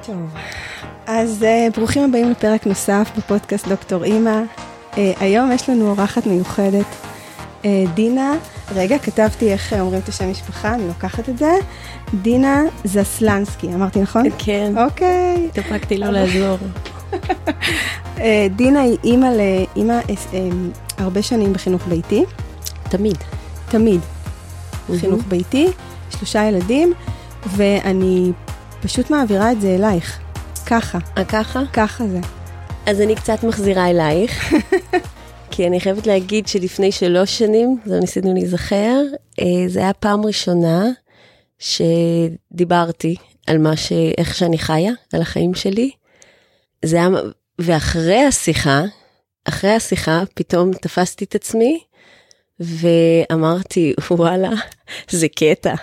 טוב, אז ברוכים הבאים לפרק נוסף בפודקאסט דוקטור אימא. היום יש לנו אורחת מיוחדת, דינה, רגע, כתבתי איך אומרים את השם משפחה, אני לוקחת את זה, דינה זסלנסקי, אמרתי נכון? כן. אוקיי. תפקתי לא לעזור. דינה היא אימא הרבה שנים בחינוך ביתי. תמיד. חינוך ביתי, 3 ילדים, ואני פשוט מעבירה את זה אלייך. ככה. ככה? ככה זה. אז אני קצת מחזירה אלייך, כי אני חייבת להגיד שלפני 3 שנים, זה ניסינו להיזכר, זה היה פעם ראשונה שדיברתי על איך שאני חיה, על החיים שלי. זה היה, ואחרי השיחה, פתאום תפסתי את עצמי, ואמרתי, וואלה, זה קטע.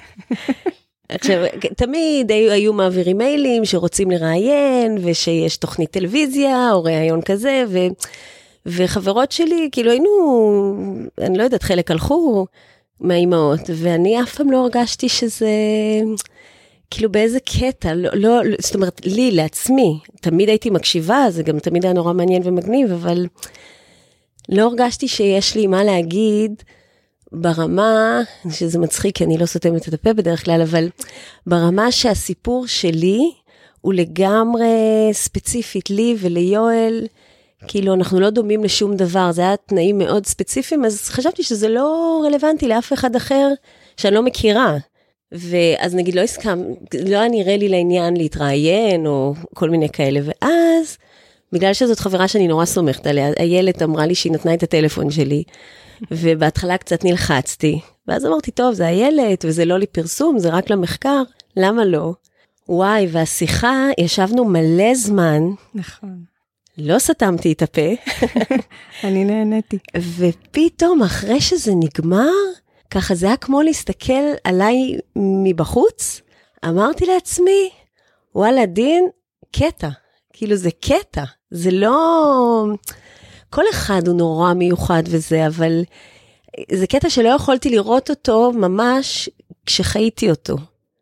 עכשיו, תמיד היו מעבירים מיילים שרוצים לראיין, ושיש תוכנית טלוויזיה, או ראיון כזה, וחברות שלי, כאילו היינו, אני לא יודעת, חלק הלכו מהאימהות, ואני אף פעם לא הרגשתי שזה, כאילו באיזה קטע, לא, זאת אומרת, לי, לעצמי, תמיד הייתי מקשיבה, זה גם תמיד היה נורא מעניין ומגניב, אבל לא הרגשתי שיש לי מה להגיד, ברמה, שזה מצחיק, כי אני לא סותמת את הפה בדרך כלל, אבל ברמה שהסיפור שלי הוא לגמרי ספציפית לי וליואל, כאילו אנחנו לא דומים לשום דבר, זה היה תנאים מאוד ספציפיים, אז חשבתי שזה לא רלוונטי לאף אחד אחר שאני לא מכירה. ואז נגיד לא היה נראה לי לעניין להתראיין או כל מיני כאלה, ואז בגלל שזאת חברה שאני נורא סומכת עליה, איילת אמרה לי שהיא נתנה את הטלפון שלי, ובהתחלה קצת נלחצתי, ואז אמרתי, טוב, זה איילת, וזה לא לי פרסום, זה רק למחקר, למה לא? וואי, והשיחה, ישבנו מלא זמן, נכון. לא סתמתי את הפה. אני נהניתי. ופתאום, אחרי שזה נגמר, ככה זה היה כמו להסתכל עליי מבחוץ, אמרתי לעצמי, וואלה, דין, קטע. כאילו זה קטע, זה לא, כל אחד הוא נורא מיוחד וזה, אבל זה קטע שלא יכולתי לראות אותו ממש כשחייתי אותו.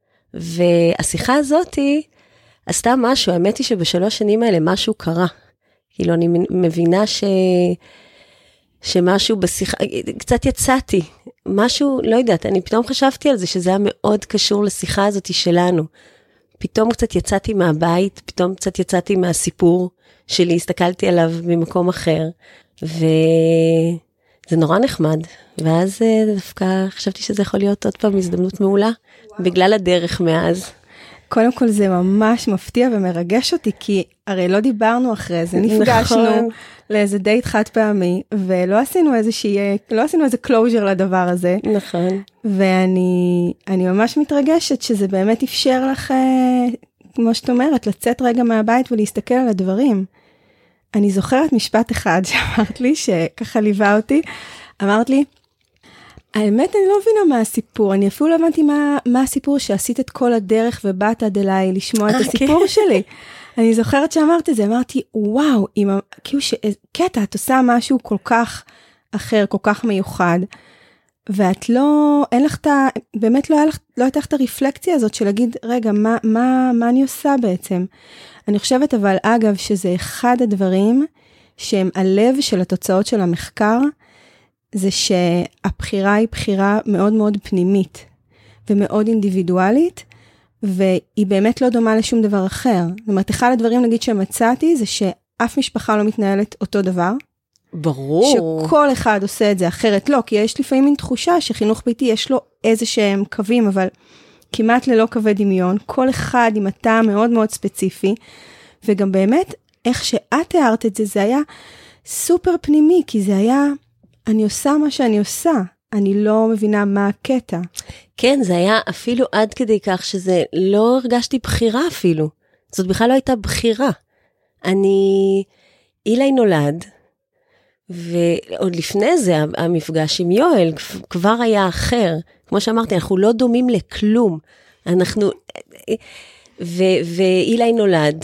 והשיחה הזאת עשתה משהו, האמת היא שב3 שנים האלה משהו קרה. כאילו אני מבינה שמשהו בשיחה, קצת יצאתי, משהו, לא יודעת, אני פתאום חשבתי על זה שזה היה מאוד קשור לשיחה הזאת שלנו. פתאום קצת יצאתי מהבית, פתאום קצת יצאתי מהסיפור שלי, הסתכלתי עליו ממקום אחר, וזה נורא נחמד, ואז דווקא חשבתי שזה יכול להיות עוד פעם הזדמנות מעולה, בגלל הדרך מאז. קודם כל זה ממש מפתיע ומרגש אותי, כי הרי לא דיברנו אחרי זה, נפגשנו לאיזה דייט חד פעמי, ולא עשינו איזה closure לדבר הזה. נכון. ואני ממש מתרגשת שזה באמת אפשר לך, כמו שאת אומרת, לצאת רגע מהבית ולהסתכל על הדברים. אני זוכרת משפט אחד שאמרת לי, שככה ליווה אותי, אמרת לי, האמת אני לא מבינה מה הסיפור, אני אפילו לא הבנתי מה הסיפור שעשית את כל הדרך ובאת עד אליי לשמוע את הסיפור שלי. אני זוכרת שאמרת את זה, אמרתי, וואו, כאילו שקטע, את עושה משהו כל כך אחר, כל כך מיוחד, ואת לא, אין לך באמת לא הייתה לך את הרפלקציה הזאת של להגיד, רגע, מה אני עושה בעצם? אני חושבת אבל, אגב, שזה אחד הדברים שהם הלב של התוצאות של המחקר, זה שהבחירה היא בחירה מאוד מאוד פנימית, ומאוד אינדיבידואלית, והיא באמת לא דומה לשום דבר אחר. זאת אומרת, אחד הדברים, נגיד, שמצאתי, זה שאף משפחה לא מתנהלת אותו דבר. ברור. שכל אחד עושה את זה אחרת. לא, כי יש לפעמים מין תחושה שחינוך ביתי יש לו איזה שהם קווים, אבל כמעט ללא קווי דמיון. כל אחד עם התא מאוד מאוד ספציפי, וגם באמת, איך שאת תיארת את זה, זה היה סופר פנימי, כי זה היה, אני עושה מה שאני עושה. אני לא מבינה מה הקטע. כן, זה היה אפילו עד כדי כך שזה לא הרגשתי בחירה אפילו. זאת בכלל לא הייתה בחירה. אילי נולד, ועוד לפני זה המפגש עם יואל כבר היה אחר. כמו שאמרתי, אנחנו לא דומים לכלום. ואילי נולד,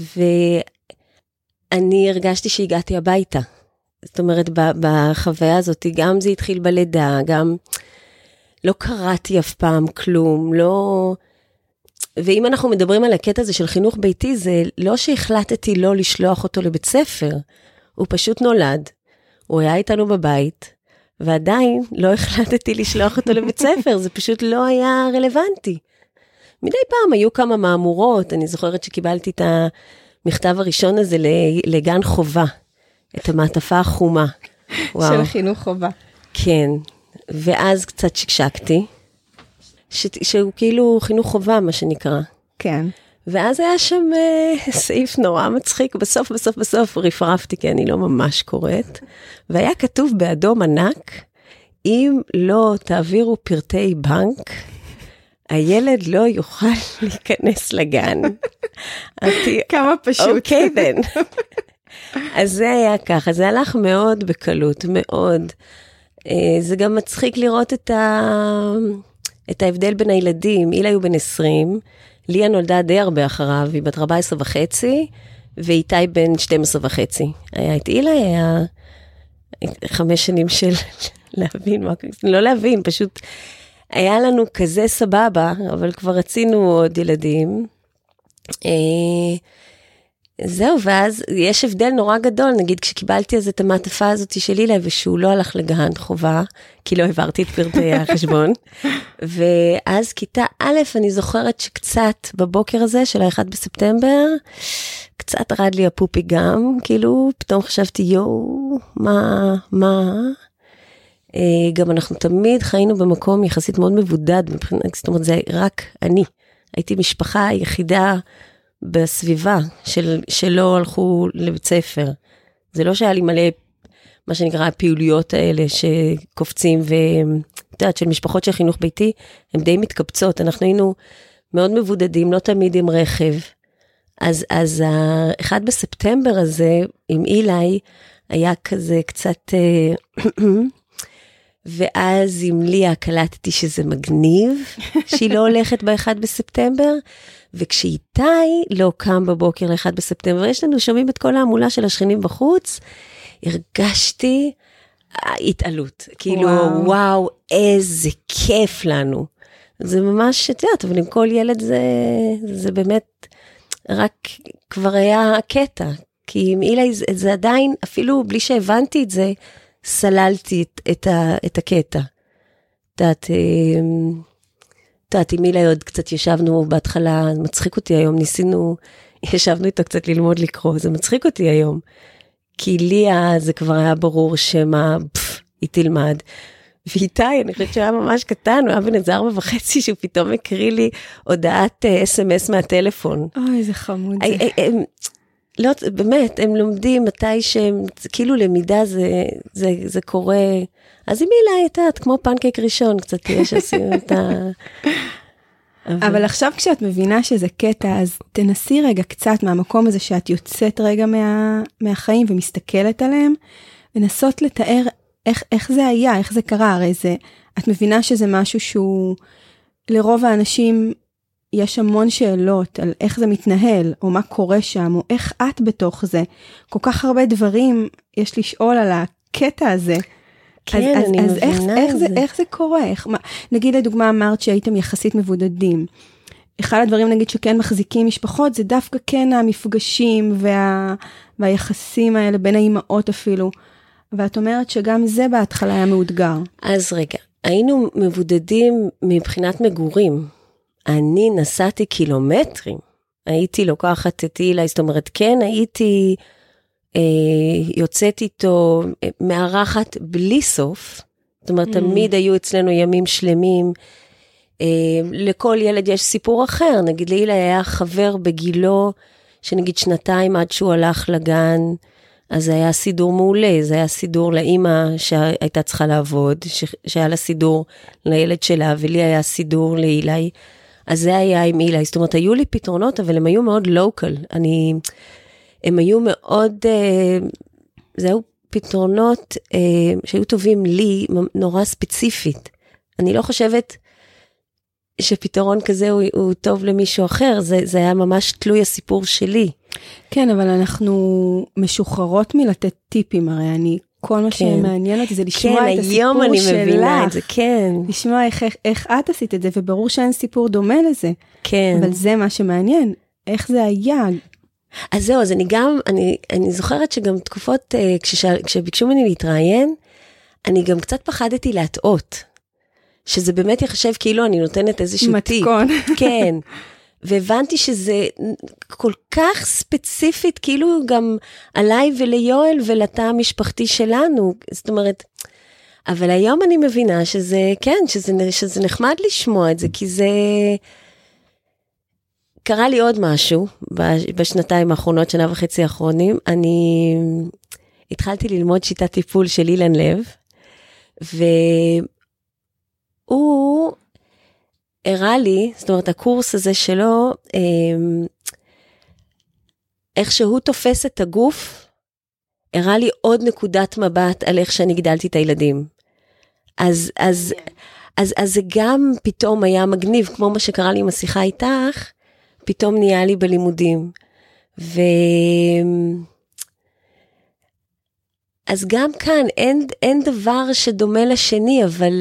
ואני הרגשתי שהגעתי הביתה. זאת אומרת, בחוויה הזאת, גם זה התחיל בלידה, גם לא קראתי אף פעם כלום, לא, ואם אנחנו מדברים על הקטע הזה של חינוך ביתי, זה לא שהחלטתי לא לשלוח אותו לבית ספר, הוא פשוט נולד, הוא היה איתנו בבית, ועדיין לא החלטתי לשלוח אותו לבית ספר, זה פשוט לא היה רלוונטי. מדי פעם היו כמה מאמורות, אני זוכרת שקיבלתי את המכתב הראשון הזה לגן חובה, את המעטפה החומה. של חינוך חובה. כן, ואז קצת שקשקתי, שהוא כאילו חינוך חובה, מה שנקרא. כן. ואז היה שם סעיף נורא מצחיק, בסוף רפרפתי, כי אני לא ממש קוראת, והיה כתוב באדום ענק, אם לא תעבירו פרטי בנק, הילד לא יוכל להיכנס לגן. כמה פשוט. אוקיי, בן. אז זה היה ככה, זה הלך מאוד בקלות, מאוד. זה גם מצחיק לראות את ההבדל בין הילדים. אילה היו בן 20, ליה נולדה די הרבה אחריו, היא בת 14 וחצי, ואיתי בן 12 וחצי. היה את אילה, היה 5 שנים של להבין, לא להבין, פשוט היה לנו כזה סבבה, אבל כבר רצינו עוד ילדים. זהו, ואז יש הבדל נורא גדול, נגיד כשקיבלתי אז את המעטפה הזאת של אילה, ושהוא לא הלך לגן חובה, כי לא העברתי את פרטי החשבון, ואז כיתה א', אני זוכרת שקצת בבוקר הזה של ה-1 בספטמבר, קצת רד לי הפופי גם, כאילו פתאום חשבתי, מה? גם אנחנו תמיד חיינו במקום יחסית מאוד מבודד, זאת אומרת, זה רק אני, הייתי משפחה יחידה, בסביבה שלא הלכו לבית ספר. זה לא שהיה לי מלא, מה שנקרא, הפעילויות האלה שקופצים, ואת יודעת, של משפחות של חינוך ביתי, הן די מתקבצות. אנחנו היינו מאוד מבודדים, לא תמיד עם רכב. אז ה-1 בספטמבר הזה, עם אילי, היה כזה קצת, ואז עם ליה קלטתי שזה מגניב, שהיא לא הולכת ב-1 בספטמבר, וכשאיתי לא קם בבוקר ל-1 בספטמבר, יש לנו שומעים את כל העמולה של השכנים בחוץ, הרגשתי התעלות. כאילו, וואו, איזה כיף לנו. זה ממש, את יודעת, אבל עם כל ילד זה באמת, רק כבר היה קטע. כי עם אילי זה עדיין, אפילו בלי שהבנתי את זה, סללתי את הקטע. את יודעת, עם אילי עוד קצת ישבנו בהתחלה, מצחיק אותי היום, ישבנו איתו קצת ללמוד לקרוא, זה מצחיק אותי היום. כי ליה זה כבר היה ברור שמה, היא תלמד. ואיתי, אני חושבת שהוא היה ממש קטן, הוא היה בן איזה 4.5, שהוא פתאום הקריא לי הודעת SMS מהטלפון. אוי, זה חמוד. לא, באמת, הם לומדים מתי שהם, כאילו למידה זה קורה, אז אם אילה הייתה, כמו פנקייק ראשון, קצת יש עושים את ה... אבל עכשיו כשאת מבינה שזה קטע, אז תנסי רגע קצת מהמקום הזה שאת יוצאת רגע מהחיים ומסתכלת עליהם, ונסות לתאר איך זה היה, איך זה קרה, הרי את מבינה שזה משהו שהוא, לרוב האנשים יש המון שאלות על איך זה מתנהל, או מה קורה שם, או איך את בתוך זה. כל כך הרבה דברים יש לשאול על הקטע הזה. כן, אני מבינה את זה. איך זה קורה? נגיד לדוגמה אמרת שהייתם יחסית מבודדים. אחד הדברים נגיד שכן מחזיקים משפחות, זה דווקא כן המפגשים והיחסים האלה בין האימהות אפילו. ואת אומרת שגם זה בהתחלה היה מאותגר. אז רגע, היינו מבודדים מבחינת מגורים. אני נסעתי קילומטרים. הייתי לוקחת את אילה, זאת אומרת, כן, הייתי יוצאת איתו מארחת בלי סוף. זאת אומרת, תמיד היו אצלנו ימים שלמים. לכל ילד יש סיפור אחר. נגיד, לאילה היה חבר בגילו, שנגיד 2 עד שהוא הלך לגן, אז זה היה סידור מעולה, זה היה סידור לאמא שהייתה צריכה לעבוד, שהיה לה סידור לילד שלה, ולי היה סידור לאילי, אז זה היה עם אילי, זאת אומרת, היו לי פתרונות, אבל הם היו מאוד לוקל, הם היו מאוד, זה היו פתרונות שהיו טובים לי, נורא ספציפית, אני לא חושבת שפתרון כזה הוא טוב למישהו אחר, זה היה ממש תלוי הסיפור שלי. כן, אבל אנחנו משוחררות מלתת טיפים, הרי אני כל מה שמעניין אותי זה לשמוע את הסיפור שלך. כן, היום אני מבינה את זה, כן. לשמוע איך את עשית את זה, וברור שאין סיפור דומה לזה. כן. אבל זה מה שמעניין, איך זה היה. אז זהו, אז אני זוכרת שגם תקופות, כשביקשו ממני להתראיין, אני גם קצת פחדתי להטעות. שזה באמת יחשב כאילו אני נותנת איזשהו טיפ. מתכון. כן. והבנתי שזה כל כך ספציפית, כאילו גם עליי וליואל ולתא המשפחתי שלנו. זאת אומרת, אבל היום אני מבינה שזה, כן, שזה נחמד לשמוע את זה, כי זה... קרה לי עוד משהו בשנתיים האחרונות, שנה וחצי האחרונים. אני התחלתי ללמוד שיטת טיפול של אילן לב, והוא הראה לי, זאת אומרת, הקורס הזה שלו, איך שהוא תופס את הגוף, הראה לי עוד נקודת מבט על איך שאני גדלתי את הילדים. אז זה גם פתאום היה מגניב, כמו מה שקרה לי עם השיחה איתך, פתאום נהיה לי בלימודים. אז גם כאן אין דבר שדומה לשני,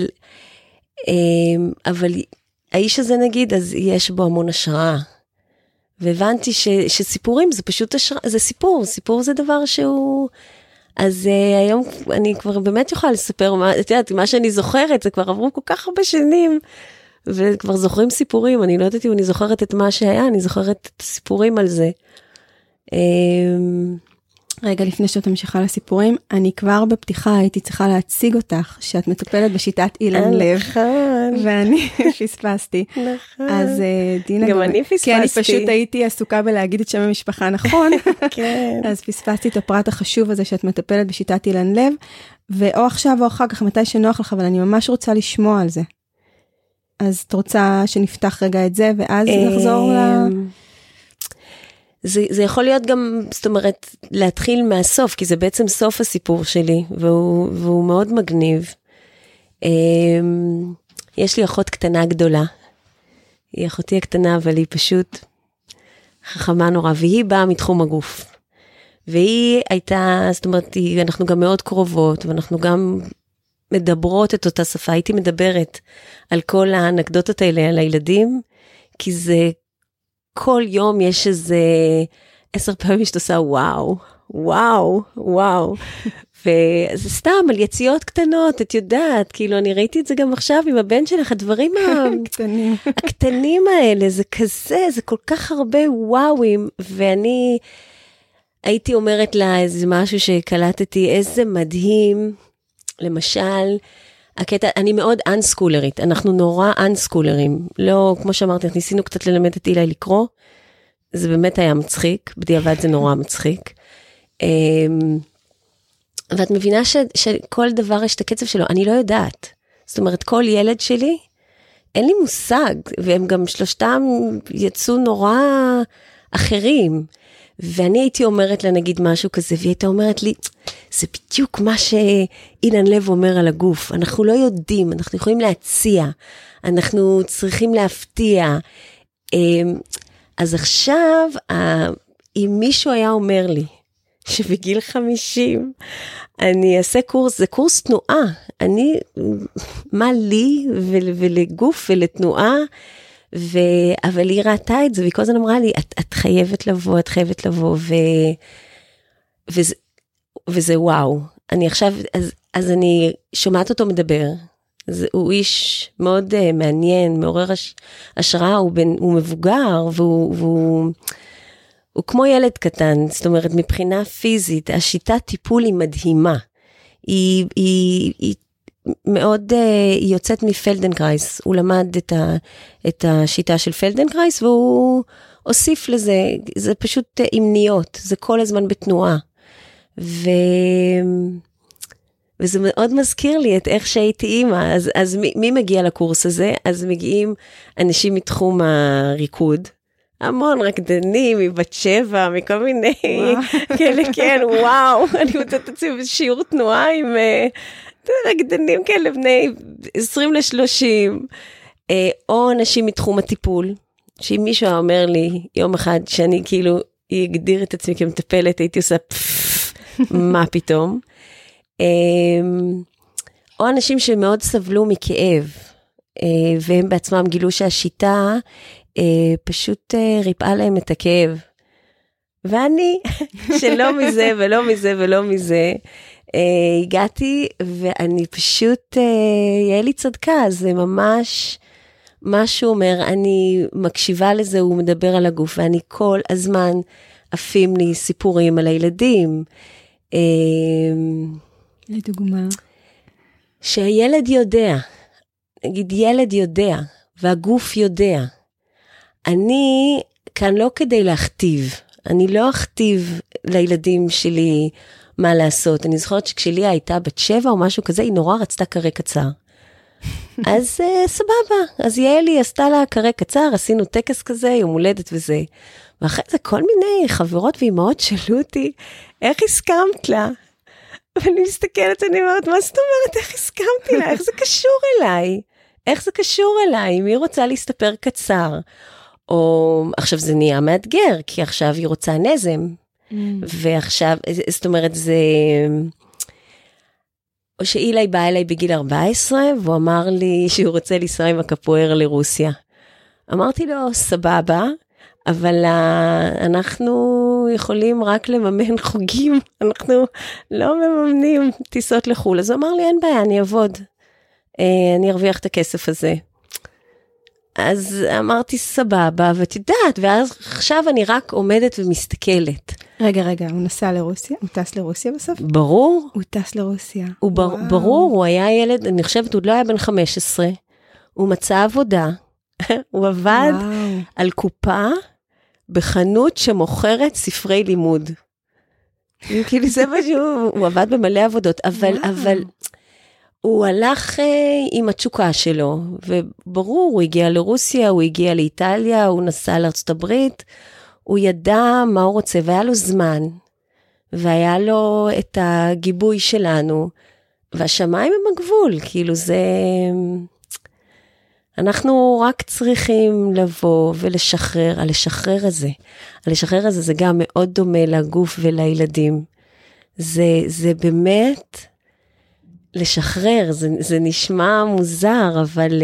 אבל האיש הזה נגיד, אז יש בו המון השראה. והבנתי שסיפורים זה פשוט השראה, זה סיפור זה דבר שהוא... אז היום אני כבר באמת יכולה לספר, את יודעת, מה שאני זוכרת, זה כבר עברו כל כך הרבה שנים, וכבר זוכרים סיפורים, אני לא יודעת אם אני זוכרת את מה שהיה, אני זוכרת את הסיפורים על זה. רגע, לפני שאת ממשיכה לסיפורים, אני כבר בפתיחה הייתי צריכה להציג אותך, שאת מטופלת בשיטת אילן לב. נכון. ואני פספסתי. נכון. אז דינה... גם אני פספסתי. כי אני פשוט הייתי עסוקה בלהגיד את שם המשפחה נכון. כן. אז פספסתי את הפרט החשוב הזה, שאת מטפלת בשיטת אילן לב, ואו עכשיו או אחר כך, מתי שנוח לך, אבל אני ממש רוצה לשמוע על זה. אז את רוצה שנפתח רגע את זה, ואז נחזור זה יכול להיות גם, זאת אומרת, להתחיל מהסוף, כי זה בעצם סוף הסיפור שלי, והוא מאוד מגניב. יש לי אחות קטנה גדולה. היא אחותי הקטנה, אבל היא פשוט חכמה נורא, והיא באה מתחום הגוף. והיא הייתה, זאת אומרת, אנחנו גם מאוד קרובות, ואנחנו גם מדברות את אותה שפה. הייתי מדברת על כל האנקדוטות האלה, על הילדים, כי זה... כל יום יש איזה 10 פעמים שאתה עושה וואו, וואו, וואו. וזה סתם על יציאות קטנות, את יודעת, כאילו אני ראיתי את זה גם עכשיו עם הבן שלך, הדברים הקטנים האלה, זה כזה, זה כל כך הרבה וואוים, ואני הייתי אומרת לה איזה משהו שקלטתי, איזה מדהים, למשל, הקטע, אני מאוד אנסקולרית, אנחנו נורא אנסקולרים, לא, כמו שאמרתי, ניסינו קצת ללמד את אילי לקרוא, זה באמת היה מצחיק, בדיעבד זה נורא מצחיק, ואת מבינה שכל דבר יש את הקצב שלו, אני לא יודעת, זאת אומרת, כל ילד שלי, אין לי מושג, והם גם שלושתם יצאו נורא אחרים, ואני הייתי אומרת לה נגיד משהו כזה, והיא הייתה אומרת לי, זה בדיוק מה שאילן לב אומר על הגוף, אנחנו לא יודעים, אנחנו יכולים להציע, אנחנו צריכים להפתיע, אז עכשיו, אם מישהו היה אומר לי, שבגיל 50, אני אעשה קורס, זה קורס תנועה, מה לי ולגוף ולתנועה, אבל היא ראתה את זה, והיא כל הזמן אמרה לי, את חייבת לבוא, וזה וואו. אני עכשיו, אז אני שומעת אותו מדבר, הוא איש מאוד מעניין, מעורר השראה, הוא מבוגר, והוא כמו ילד קטן, זאת אומרת, מבחינה פיזית, השיטת טיפול היא מדהימה, היא מאוד, היא יוצאת מפלדנקרייס, הוא למד את השיטה של פלדנקרייס, והוא הוסיף לזה, זה פשוט אמניות, זה כל הזמן בתנועה, וזה מאוד מזכיר לי את איך שהייתי אימא, אז מי מגיע לקורס הזה? אז מגיעים אנשים מתחום הריקוד, המון רקדנים, מבת 7, מכל מיני, כאלה, כן, וואו, אני מוצאת את עצמי בשיעור תנועה עם רקדנים כאלה בני 20-30, או אנשים מתחום הטיפול, שאם מישהו אומר לי יום אחד שאני כאילו אגדיר את עצמי כמטפלת, הייתי עושה מה פתאום, או אנשים שמאוד סבלו מכאב, והם בעצמם גילו שהשיטה פשוט ריפאה להם את הכאב. ואני, שלא מזה ולא מזה ולא מזה, הגעתי ואני פשוט, יעלי צדקה, זה ממש מה שהוא אומר, אני מקשיבה לזה, הוא מדבר על הגוף, ואני כל הזמן עפים לי סיפורים על הילדים. לדוגמה? שהילד יודע, נגיד ילד יודע, והגוף יודע. אני כאן לא כדי להכתיב, אני לא אכתיב לילדים שלי מה לעשות. אני זוכרת שכשלי הייתה בת 7 או משהו כזה, היא נורא רצתה קרא קצר. אז סבבה, אז יעלי עשתה לה קרא קצר, עשינו טקס כזה, יום הולדת וזה. ואחרי זה כל מיני חברות ואימהות שאלו אותי, איך הסכמת לה? ואני מסתכלת, אני אומרת, מה זאת אומרת, איך הסכמתי לה? איך זה קשור אליי? איך זה קשור אליי? מי רוצה להסתפר קצר? או עכשיו זה נהיה מאתגר, כי עכשיו היא רוצה נזם. ועכשיו, זאת אומרת, זה... או שאילי בא אליי בגיל 14, והוא אמר לי שהוא רוצה לנסוע עם הקפואר לרוסיה. אמרתי לו, סבבה, אבל אנחנו יכולים רק לממן חוגים, אנחנו לא מממנים טיסות לחול. אז הוא אמר לי, אין בעיה, אני אעבוד, אני ארוויח את הכסף הזה. אז אמרתי, סבבה, ואת יודעת, ואז עכשיו אני רק עומדת ומסתכלת. רגע, הוא נסע לרוסיה? הוא טס לרוסיה בסוף? ברור. הוא טס לרוסיה. ברור, הוא היה ילד, אני חושבת, הוא לא היה בן 15, הוא מצא עבודה, הוא עבד על קופה בחנות שמוכרת ספרי לימוד. כאילו זה משהו, הוא עבד במלא עבודות, אבל הוא הלך עם התשוקה שלו, וברור, הוא הגיע לרוסיה, הוא הגיע לאיטליה, הוא נסע לארצות הברית, הוא ידע מה הוא רוצה, והיה לו זמן, והיה לו את הגיבוי שלנו, והשמיים הם הגבול, כאילו זה... אנחנו רק צריכים לבוא ולשחרר, הלשחרר הזה זה גם מאוד דומה לגוף ולילדים. זה באמת לשחרר, זה נשמע מוזר, אבל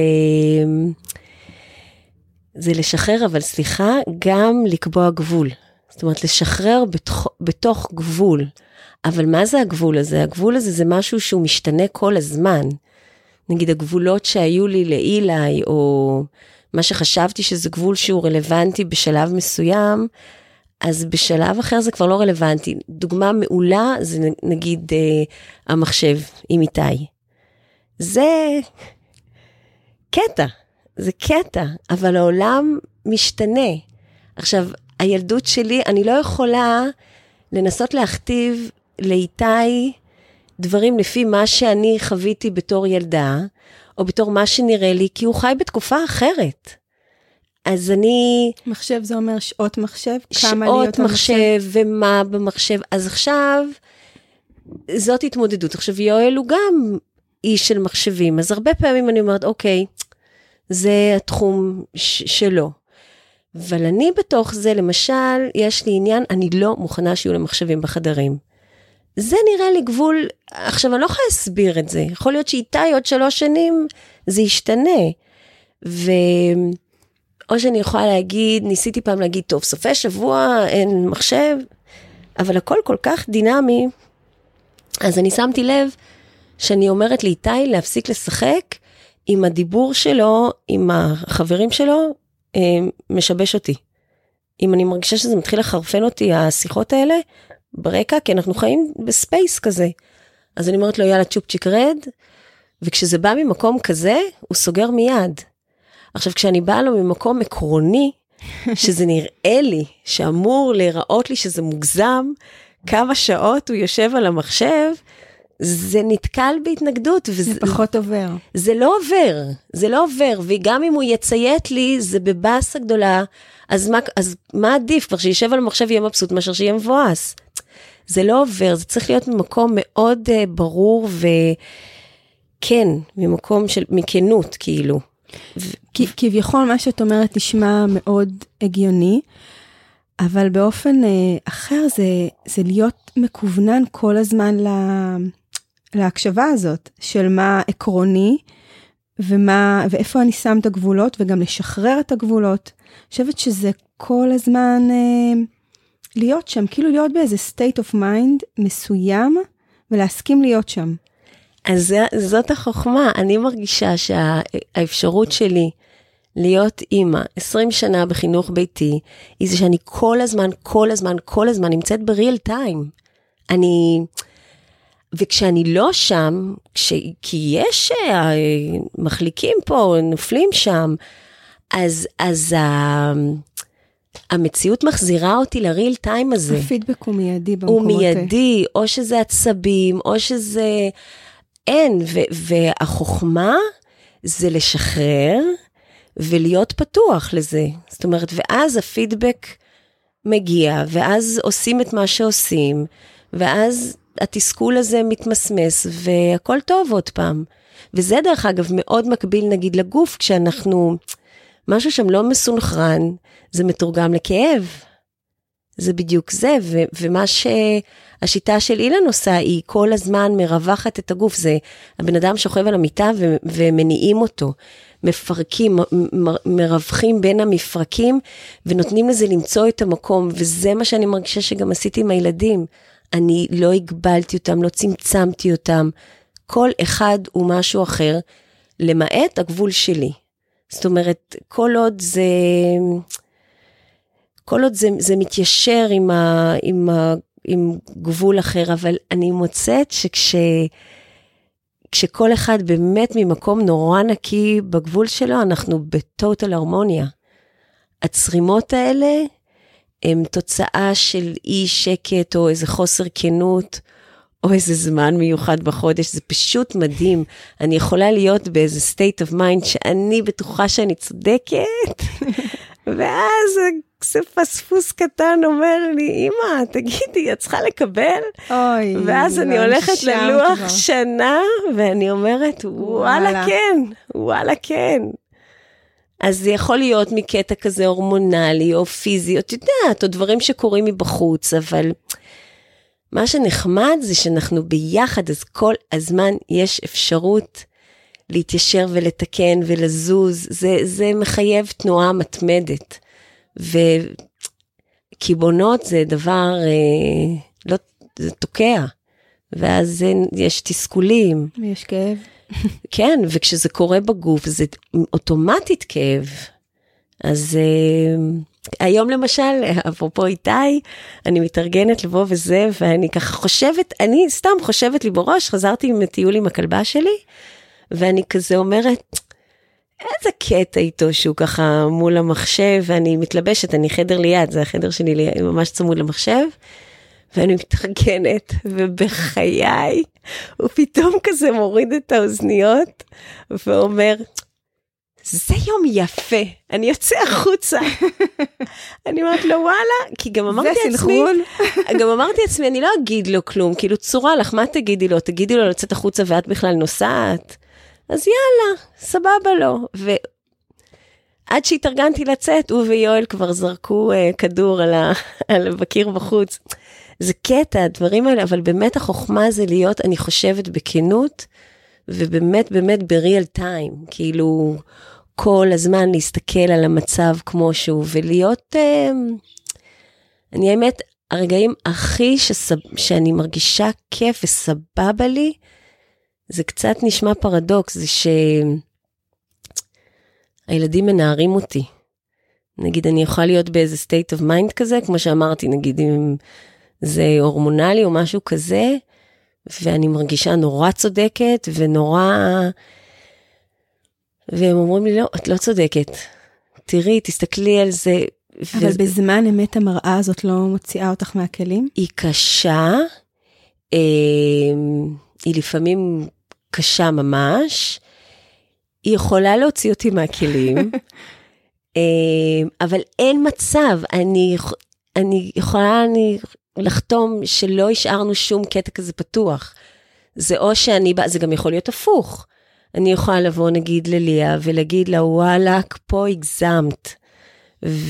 זה לשחרר, אבל סליחה, גם לקבוע גבול. זאת אומרת, לשחרר בתוך גבול. אבל מה זה הגבול הזה? הגבול הזה זה משהו שהוא משתנה כל הזמן. נגיד הגבולות שהיו לי לאילי, או מה שחשבתי שזה גבול שהוא רלוונטי בשלב מסוים, אז בשלב אחר זה כבר לא רלוונטי. דוגמה מעולה זה נגיד המחשב עם איתי. זה קטע, אבל העולם משתנה. עכשיו, הילדות שלי, אני לא יכולה לנסות להכתיב לאיתי דברים לפי מה שאני חוויתי בתור ילדה, או בתור מה שנראה לי, כי הוא חי בתקופה אחרת. אז אני... מחשב זה אומר שעות מחשב? שעות מחשב ומה במחשב. אז עכשיו, זאת התמודדות. עכשיו, יואל הוא גם איש של מחשבים, אז הרבה פעמים אני אומרת, אוקיי, זה התחום שלו. אבל אני בתוך זה, למשל, יש לי עניין, אני לא מוכנה שיהיו למחשבים בחדרים. זה נראה לי גבול, עכשיו אני לא יכולה להסביר את זה, יכול להיות שאיתי עוד 3 שנים זה ישתנה, או שאני יכולה להגיד, ניסיתי פעם להגיד, טוב, סופי שבוע אין מחשב, אבל הכל כל כך דינמי, אז אני שמתי לב שאני אומרת לאיתי להפסיק לשחק, עם הדיבור שלו, עם החברים שלו, משבש אותי. אם אני מרגישה שזה מתחיל לחרפן אותי, השיחות האלה, ברקע, כי אנחנו חיים בספייס כזה. אז אני אומרת לו, יאללה, צ'ופצ'יק רד, וכשזה בא ממקום כזה, הוא סוגר מיד. עכשיו, כשאני באה לו ממקום עקרוני, שזה נראה לי, שאמור להיראות לי שזה מוגזם, כמה שעות הוא יושב על המחשב, זה נתקל בהתנגדות. זה פחות עובר. זה לא עובר, וגם אם הוא יציית לי, זה בבאסה גדולה, אז מה עדיף? כבר שישב על המחשב יהיה מבסוט, מאשר שיהיה מבואס. זה לא עובר, זה צריך להיות ממקום מאוד ברור, וכן, ממקום של מכנות, כאילו. כביכול מה שאת אומרת נשמע מאוד הגיוני, אבל באופן אחר זה להיות מקוונן כל הזמן להקשבה הזאת, של מה עקרוני, ואיפה אני שם את הגבולות, וגם לשחרר את הגבולות. אני חושבת שזה כל הזמן להיות שם, כאילו להיות באיזה state of mind מסוים, ולהסכים להיות שם. אז זאת החוכמה. אני מרגישה שהאפשרות שלי להיות אימא 20 שנה בחינוך ביתי, היא זה שאני כל הזמן נמצאת בריל טיים. וכשאני לא שם, כי יש מחליקים פה, נופלים שם, אז המציאות מחזירה אותי לריל טיים הזה. הפידבק הוא מיידי במקומות. הוא מיידי, או שזה עצבים, או שזה אין, והחוכמה זה לשחרר, ולהיות פתוח לזה. זאת אומרת, ואז הפידבק מגיע, ואז עושים את מה שעושים, ואז התסכול הזה מתמסמס, והכל טוב עוד פעם. וזה דרך אגב מאוד מקביל נגיד לגוף, כשאנחנו, משהו שם לא מסונכרן, זה מתורגם לכאב. זה בדיוק זה, ומה שהשיטה של אילן עושה, היא כל הזמן מרווחת את הגוף, זה הבן אדם שוכב על המיטה ומניעים אותו, מפרקים, מרווחים בין המפרקים, ונותנים לזה למצוא את המקום, וזה מה שאני מרגישה שגם עשיתי עם הילדים, אני לא הגבלתי אותם, לא צמצמתי אותם, כל אחד הוא משהו אחר, למעט הגבול שלי. זאת אומרת, כל עוד זה מתיישר עם גבול אחר, אבל אני מוצאת כשכל אחד באמת ממקום נורא נקי בגבול שלו, אנחנו בטוטל הרמוניה. הצרימות האלה, הם תוצאה של אי שקט, או איזה חוסר כנות, או איזה זמן מיוחד בחודש, זה פשוט מדהים. אני יכולה להיות באיזה state of mind, שאני בטוחה שאני צודקת, ואז זה פספוס קטן אומר לי, אמא, תגידי, את צריכה לקבל? אוי, ואז אני הולכת ללוח שנה, ואני אומרת, וואלה כן, וואלה כן. אז זה יכול להיות מקטע כזה הורמונלי או פיזי, את יודעת, או דברים שקורים מבחוץ, אבל מה שנחמד זה שאנחנו ביחד, אז כל הזמן יש אפשרות להתיישר ולתקן ולזוז, זה מחייב תנועה מתמדת, וקיבונות זה דבר, לא, זה תוקע, ואז יש תסכולים. יש כאב. כן, וכשזה קורה בגוף, זה אוטומטית כאב. אז היום למשל, אפרופו איתי, אני מתארגנת לבוא וזה, ואני ככה חושבת, אני סתם חושבת לי בראש, חזרתי מטיול עם הכלבה שלי, ואני כזה אומרת, איזה קטע איתו שהוא ככה מול המחשב, ואני מתלבשת, אני חדר ליד, זה החדר שלי ממש צמוד למחשב, ואני מתארגנת, ובחיי, הוא פתאום כזה מוריד את האוזניות, ואומר, זה יום יפה, אני יוצא החוצה. אני אומרת לו, וואלה, כי גם אמרתי לעצמי, אני לא אגיד לו כלום, כאילו צורה לך, מה תגידי לו? תגידי לו לצאת החוצה ואת בכלל נוסעת? אז יאללה, סבבה לו. ועד שהתארגנתי לצאת, הוא ויואל כבר זרקו כדור על בקיר בחוץ. זה קטע, הדברים האלה, אבל באמת החוכמה זה להיות, אני חושבת בכנות, ובאמת באמת בריאל טיים, כאילו כל הזמן להסתכל על המצב כמו שהוא, ולהיות, אני האמת, הרגעים הכי שאני מרגישה כיף וסבבה לי, זה קצת נשמע פרדוקס, זה שהילדים מנערים אותי. נגיד, אני יכולה להיות באיזה state of mind כזה, כמו שאמרתי, נגיד, אם זה הורמונלי או משהו כזה, ואני מרגישה נורא צודקת, ונורא, והם אומרים לי, לא, את לא צודקת. תראי, תסתכלי על זה. אבל בזמן אמת המראה הזאת לא מוציאה אותך מהכלים? היא קשה, היא לפעמים קשה ממש, היא יכולה להוציא אותי מהכלים, אבל אין מצב, אני יכולה לחתום שלא השארנו שום קטע כזה פתוח. זה או זה גם יכול להיות הפוך. אני יכולה לבוא נגיד לליה ולהגיד לה, וואלק, פה הגזמת.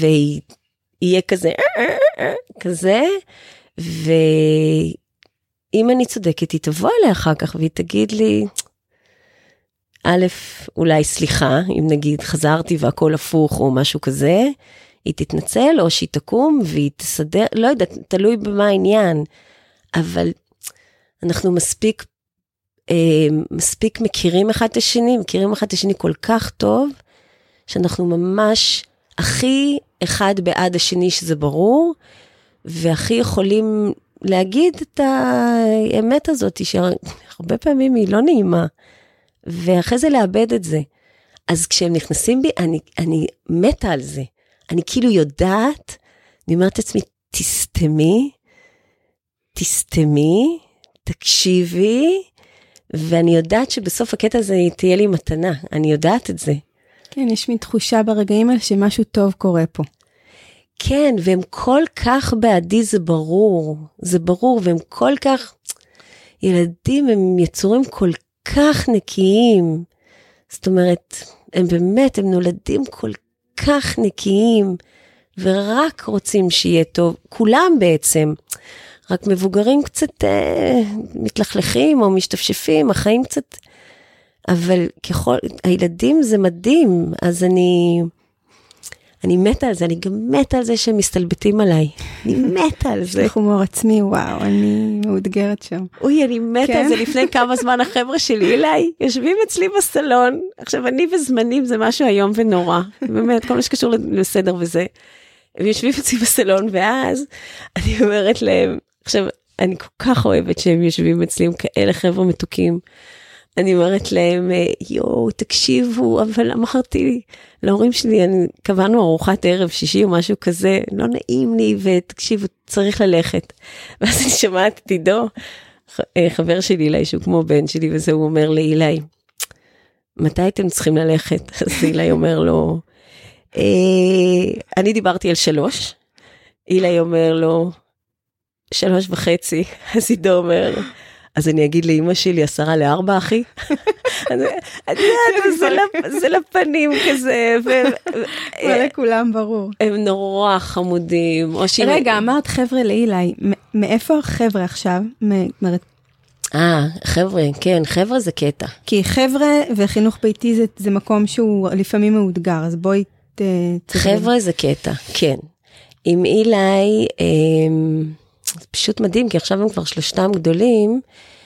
ויהיה כזה, כזה, אם אני צודקת, היא תבוא אליה אחר כך, והיא תגיד לי, א', אולי סליחה, אם נגיד חזרתי והכל הפוך או משהו כזה, היא תתנצל או שהיא תקום והיא תסדר, לא יודעת, תלוי במה העניין, אבל אנחנו מספיק מכירים אחד את השני כל כך טוב, שאנחנו ממש הכי אחד בעד השני שזה ברור, והכי יכולים להגיד את האמת הזאת, שהרבה פעמים היא לא נעימה, ואחרי זה לאבד את זה. אז כשהם נכנסים בי, אני מתה על זה. אני כאילו יודעת, אני אומרת לעצמי, תסתמי, תקשיבי, ואני יודעת שבסוף הקטע הזה תהיה לי מתנה, אני יודעת את זה. כן, יש מין תחושה ברגעים האלה שמשהו טוב קורה פה. כן, והם כל כך בעדי, זה ברור, והם כל כך, ילדים הם יצורים כל כך נקיים, זאת אומרת, הם נולדים כל כך נקיים, ורק רוצים שיהיה טוב, כולם בעצם, רק מבוגרים קצת מתלכלכים או משתפשפים, החיים קצת, אבל הילדים זה מדהים, אז אני מתה על זה, אני גם מתה על זה שהם מסתלבטים עליי. אני מתה על זה. יש חומור עצמי, וואו, אני מאותגרת שם. אוי, אני מתה על זה. לפני כמה זמן החבר'ה שלי, אליי, יושבים אצלי בסלון. עכשיו, אני וזמנים זה משהו היום ונורא. באמת, כל מה שקשור לסדר וזה. הם יושבים אצלי בסלון, ואז אני אומרת להם, עכשיו, אני כל כך אוהבת שהם יושבים אצלי, הם כאלה חבר'ה מתוקים. אני אומרת להם, תקשיבו, אבל אמרתי להורים שלי, קבענו ארוחת ערב שישי או משהו כזה, לא נעים לי, ותקשיבו, צריך ללכת. ואז אני שמעת את עידו, חבר שלי אילי, שהוא כמו בן שלי, וזה הוא אומר לי, אילי, מתי אתם צריכים ללכת? אז אילי אומר לו, אני דיברתי על 3, אילי אומר לו, 3:30, אז עידו אומר, אז אני אגיד לאמא שלי, 3:50, אחי. זה לפנים כזה. ולכולם ברור. הם נורא חמודים. רגע, אמרת חבר'ה לאילי, מאיפה החבר'ה עכשיו? חבר'ה, כן, חבר'ה זה קטע. כי חבר'ה וחינוך ביתי זה מקום שהוא לפעמים מאותגר, אז בואי חבר'ה זה קטע, כן. עם אילי, זה פשוט מדהים, כי עכשיו הם כבר 3 גדולים.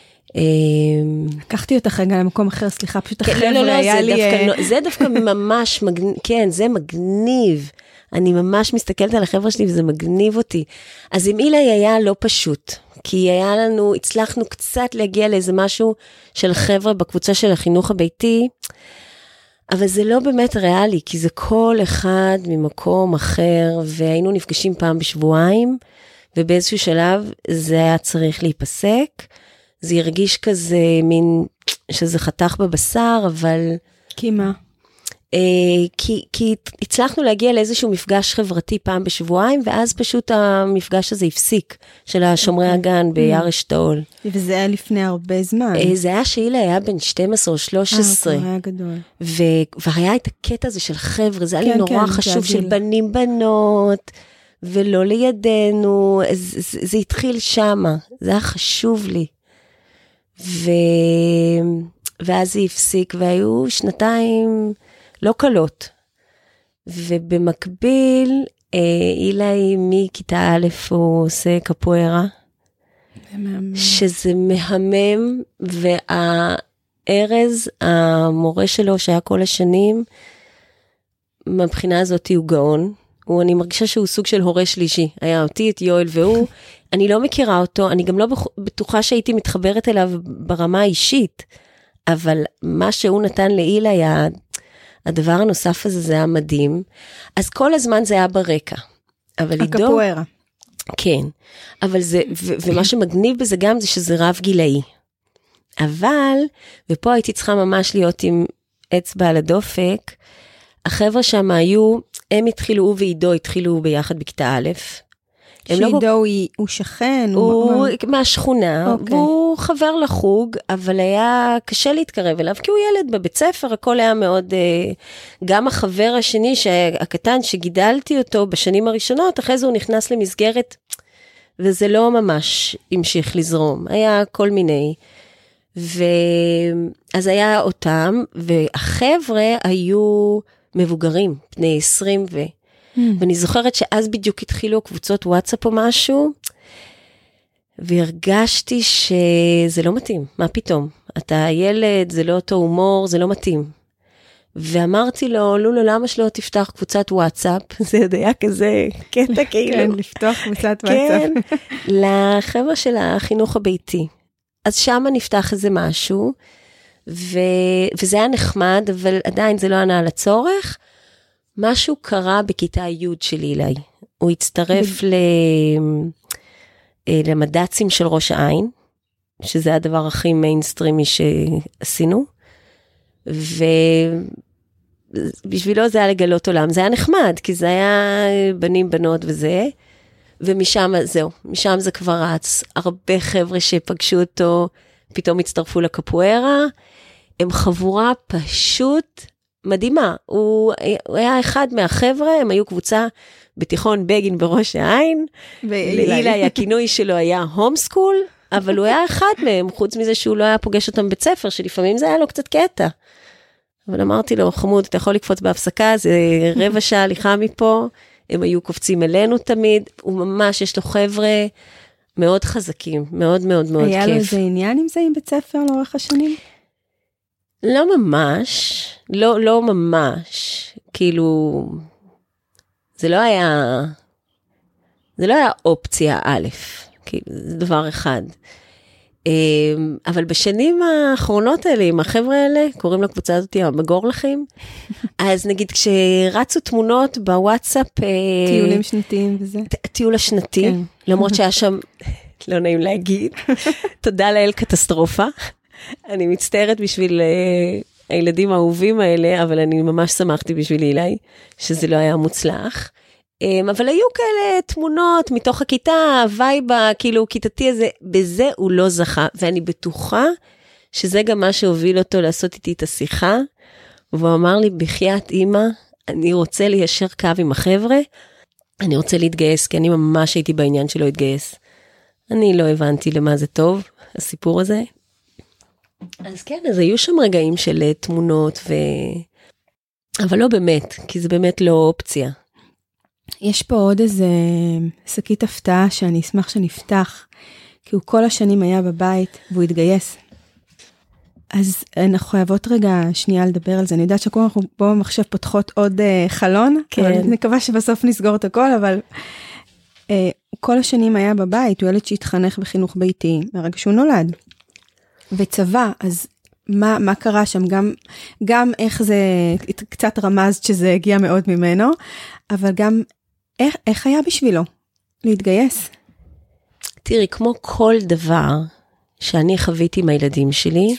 לקחתי אותך רגע למקום אחר, סליחה, פשוט החבר'ה היה לי... זה דווקא ממש, כן, זה מגניב. אני ממש מסתכלת על החבר'ה שלי, וזה מגניב אותי. אז עם אילי היה לא פשוט, כי הצלחנו קצת להגיע לאיזה משהו של חבר'ה בקבוצה של החינוך הביתי, אבל זה לא באמת ריאלי, כי זה כל אחד ממקום אחר, והיינו נפגשים פעם בשבועיים, ובאיזשהו שלב זה היה צריך להיפסק, זה הרגיש כזה מין, שזה חתך בבשר, אבל... כי מה? כי הצלחנו להגיע לאיזשהו מפגש חברתי פעם בשבועיים, ואז פשוט המפגש הזה הפסיק, של השומרי הגן ביער אשתאול. וזה היה לפני הרבה זמן. זה היה שאילה, היה בן 12 או 13. היה גדול. והיה את הקטע הזה של חבר'ה, זה היה לי נורא חשוב, של בנים בנות, ולא לידינו, זה התחיל שמה, זה היה חשוב לי. ואז זה הפסיק, והיו 2 לא קלות. ובמקביל, אילי מכיתה א' הוא עושה קפוארה, שזה מהמם, והארז, המורה שלו שהיה כל השנים, מבחינה הזאת הוא גאון, אני מרגישה שהוא סוג של הורה שלישי, היה אותי, את יואל והוא, אני לא מכירה אותו, אני גם לא בטוחה שהייתי מתחברת אליו ברמה האישית, אבל מה שהוא נתן לאילי, הדבר הנוסף הזה זה היה מדהים, אז כל הזמן זה היה ברקע. הקפוארה. כן, אבל זה, ומה שמגניב בזה גם זה שזה רב גילאי. אבל, ופה הייתי צריכה ממש להיות עם אצבע על הדופק, החבר'ה שם היו, הוא ועידו התחילו ביחד בכיתה א', שעידו הוא שכן? הוא מהשכונה, והוא חבר לחוג, אבל היה קשה להתקרב אליו, כי הוא ילד בבית ספר, הכל היה מאוד, גם החבר השני, הקטן שגידלתי אותו בשנים הראשונות, אחרי זה הוא נכנס למסגרת וזה לא ממש המשיך לזרום, היה כל מיני, אז היה אותם, והחבר'ה היו מבוגרים, בני 20 ואני זוכרת שאז בדיוק התחילו קבוצות וואטסאפ או משהו, והרגשתי שזה לא מתאים, מה פתאום? אתה ילד, זה לא אותו הומור, זה לא מתאים. ואמרתי לו, לולו, למה שלא תפתח קבוצת וואטסאפ? זה היה כזה קטע כאילו. כן, לפתוח קבוצת וואטסאפ. כן, לחבר'ה של החינוך הביתי. אז שם נפתח איזה משהו, וזה היה נחמד, אבל עדיין זה לא ענה על הצורך. משהו קרה בכיתה י' של אילי. הוא הצטרף למדצים של ראש העין, שזה הדבר הכי מיינסטרימי שעשינו, ובשבילו זה היה לגלות עולם, זה היה נחמד, כי זה היה בנים, בנות וזה, ומשם זהו, משם זה כבר רץ, הרבה חבר'ה שפגשו אותו, פתאום הצטרפו לקפוארה, הם חבורה פשוט מדהימה, הוא היה אחד מהחבר'ה, הם היו קבוצה בתיכון בגין בראש העין, לאילי הכינוי שלו היה הום סקול, אבל הוא היה אחד מהם, חוץ מזה שהוא לא היה פוגש אותם בית ספר, שלפעמים זה היה לו קצת קטע. אבל אמרתי לו, חמוד, אתה יכול לקפוץ בהפסקה, זה רבע שעה הליכה מפה, הם היו קופצים אלינו תמיד, הוא ממש, יש לו חבר'ה מאוד חזקים, מאוד מאוד מאוד כיף. היה לו איזה עניין עם זה עם בית ספר לאורך השנים? לא ממש, לא ממש, כאילו, זה לא היה אופציה א', כאילו, זה דבר אחד. אבל בשנים האחרונות האלה, עם החבר'ה האלה, קוראים לקבוצה הזאת המגור לכם, אז נגיד כשרצו תמונות בוואטסאפ, טיולים שנתיים וזה. טיול השנתי, כן. למרות שהיה שם, לא נעים להגיד, תודה לאל קטסטרופה, אני מצטערת בשביל הילדים האהובים האלה, אבל אני ממש שמחתי בשביל אילי, שזה לא היה מוצלח, אבל היו כאלה תמונות מתוך הכיתה, וייבה, כאילו כיתתי הזה, בזה הוא לא זכה, ואני בטוחה שזה גם מה שהוביל אותו לעשות איתי את השיחה, והוא אמר לי, בחיית אמא, אני רוצה ליישר קו עם החבר'ה, אני רוצה להתגייס, כי אני ממש הייתי בעניין שלא התגייס. אני לא הבנתי למה זה טוב, הסיפור הזה. אז כן, אז היו שם רגעים של תמונות, אבל לא באמת, כי זה באמת לא אופציה. יש פה עוד איזה שקית הפתעה שאני אשמח שנפתח, כי הוא כל השנים היה בבית והוא התגייס. אז אנחנו חייבות רגע שנייה לדבר על זה. אני יודעת שכל אנחנו פה במחשב פותחות עוד חלון, כן. אבל אני מקווה שבסוף נסגור את הכל, אבל כל השנים היה בבית, הוא ילד שהתחנך בחינוך ביתי, מהרגע שהוא נולד. וצבא, אז מה קרה שם? גם איך זה, קצת רמזת שזה הגיע מאוד ממנו, אבל גם איך היה בשבילו להתגייס? תראי, כמו כל דבר שאני חוויתי עם הילדים שלי,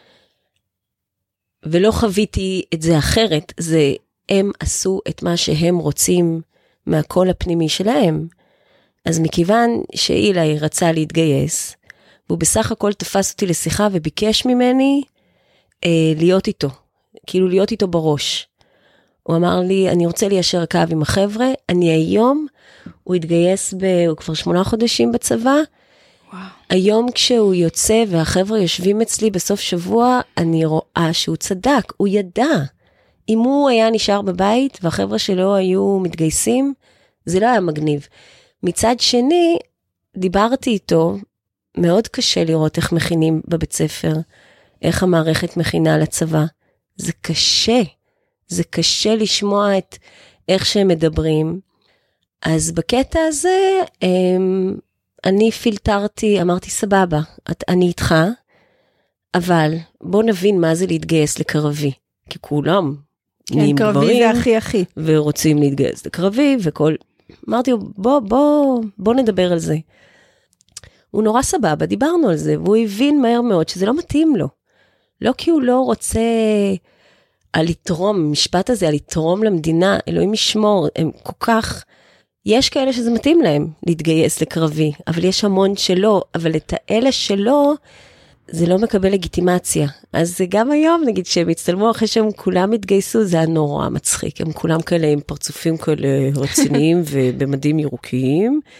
ולא חוויתי את זה אחרת, זה הם עשו את מה שהם רוצים מהקול הפנימי שלהם. אז מכיוון שאילי רצה להתגייס, והוא בסך הכל תפס אותי לשיחה וביקש ממני להיות איתו, כאילו להיות איתו בראש. הוא אמר לי, אני רוצה ליישר קו עם החבר'ה, אני היום, הוא התגייס, הוא כבר 8 חודשים בצבא, וואו. היום כשהוא יוצא והחבר'ה יושבים אצלי בסוף שבוע, אני רואה שהוא צדק, הוא ידע. אם הוא היה נשאר בבית והחבר'ה שלו היו מתגייסים, זה לא היה מגניב. מצד שני, דיברתי איתו, מאוד קשה לראות איך מכינים בבית ספר, איך המערכת מכינה לצבא. זה קשה. זה קשה לשמוע את איך שהם מדברים. אז בקטע הזה, אני פילטרתי, אמרתי, סבבה, אני איתך, אבל בוא נבין מה זה להתגייס לקרבי. כי כולם כן, קרבי זה הכי. ורוצים להתגייס לקרבי, וכל... אמרתי, בוא נדבר על זה. הוא נורא סבבה, דיברנו על זה, והוא הבין מהר מאוד שזה לא מתאים לו. לא כי הוא לא רוצה... על לתרום, המשפט הזה, על לתרום למדינה, אלוהים ישמור, הם כל כך, יש כאלה שזה מתאים להם להתגייס לקרבי, אבל יש המון שלא, אבל את האלה שלא, זה לא מקבל לגיטימציה. אז גם היום, נגיד, שהם הצטלמו אחרי שהם כולם התגייסו, זה היה נורא מצחיק, הם כולם כאלה עם פרצופים כאלה רציניים ובמדים ירוקים,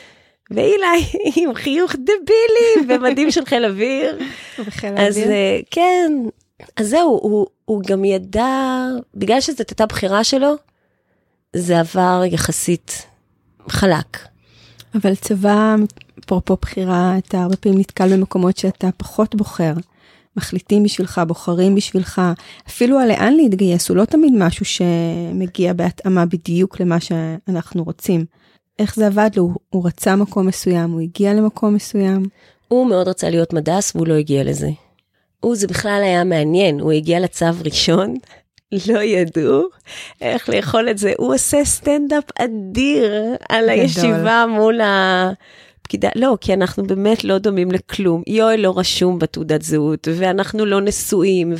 ואילי עם חיוך דבילי במדים של חיל אוויר. אז כן, אז זהו, הוא גם ידע, בגלל שזאת הייתה בחירה שלו, זה עבר יחסית חלק. אבל צבא, אפרופו בחירה, אתה הרבה פעמים נתקל במקומות שאתה פחות בוחר. מחליטים בשבילך, בוחרים בשבילך, אפילו על לאן להתגייס, הוא לא תמיד משהו שמגיע בהתאמה בדיוק למה שאנחנו רוצים. איך זה עבד לו? הוא רצה מקום מסוים, הוא הגיע למקום מסוים? הוא מאוד רצה להיות מדס, והוא לא הגיע לזה. זה בכלל היה מעניין, הוא הגיע לצו ראשון, לא ידעו איך לאכול את זה, הוא עושה סטנדאפ אדיר על הישיבה מול הפקידה, לא, כי אנחנו באמת לא דומים לכלום, יואל לא רשום בתעודת זהות, ואנחנו לא נשואים,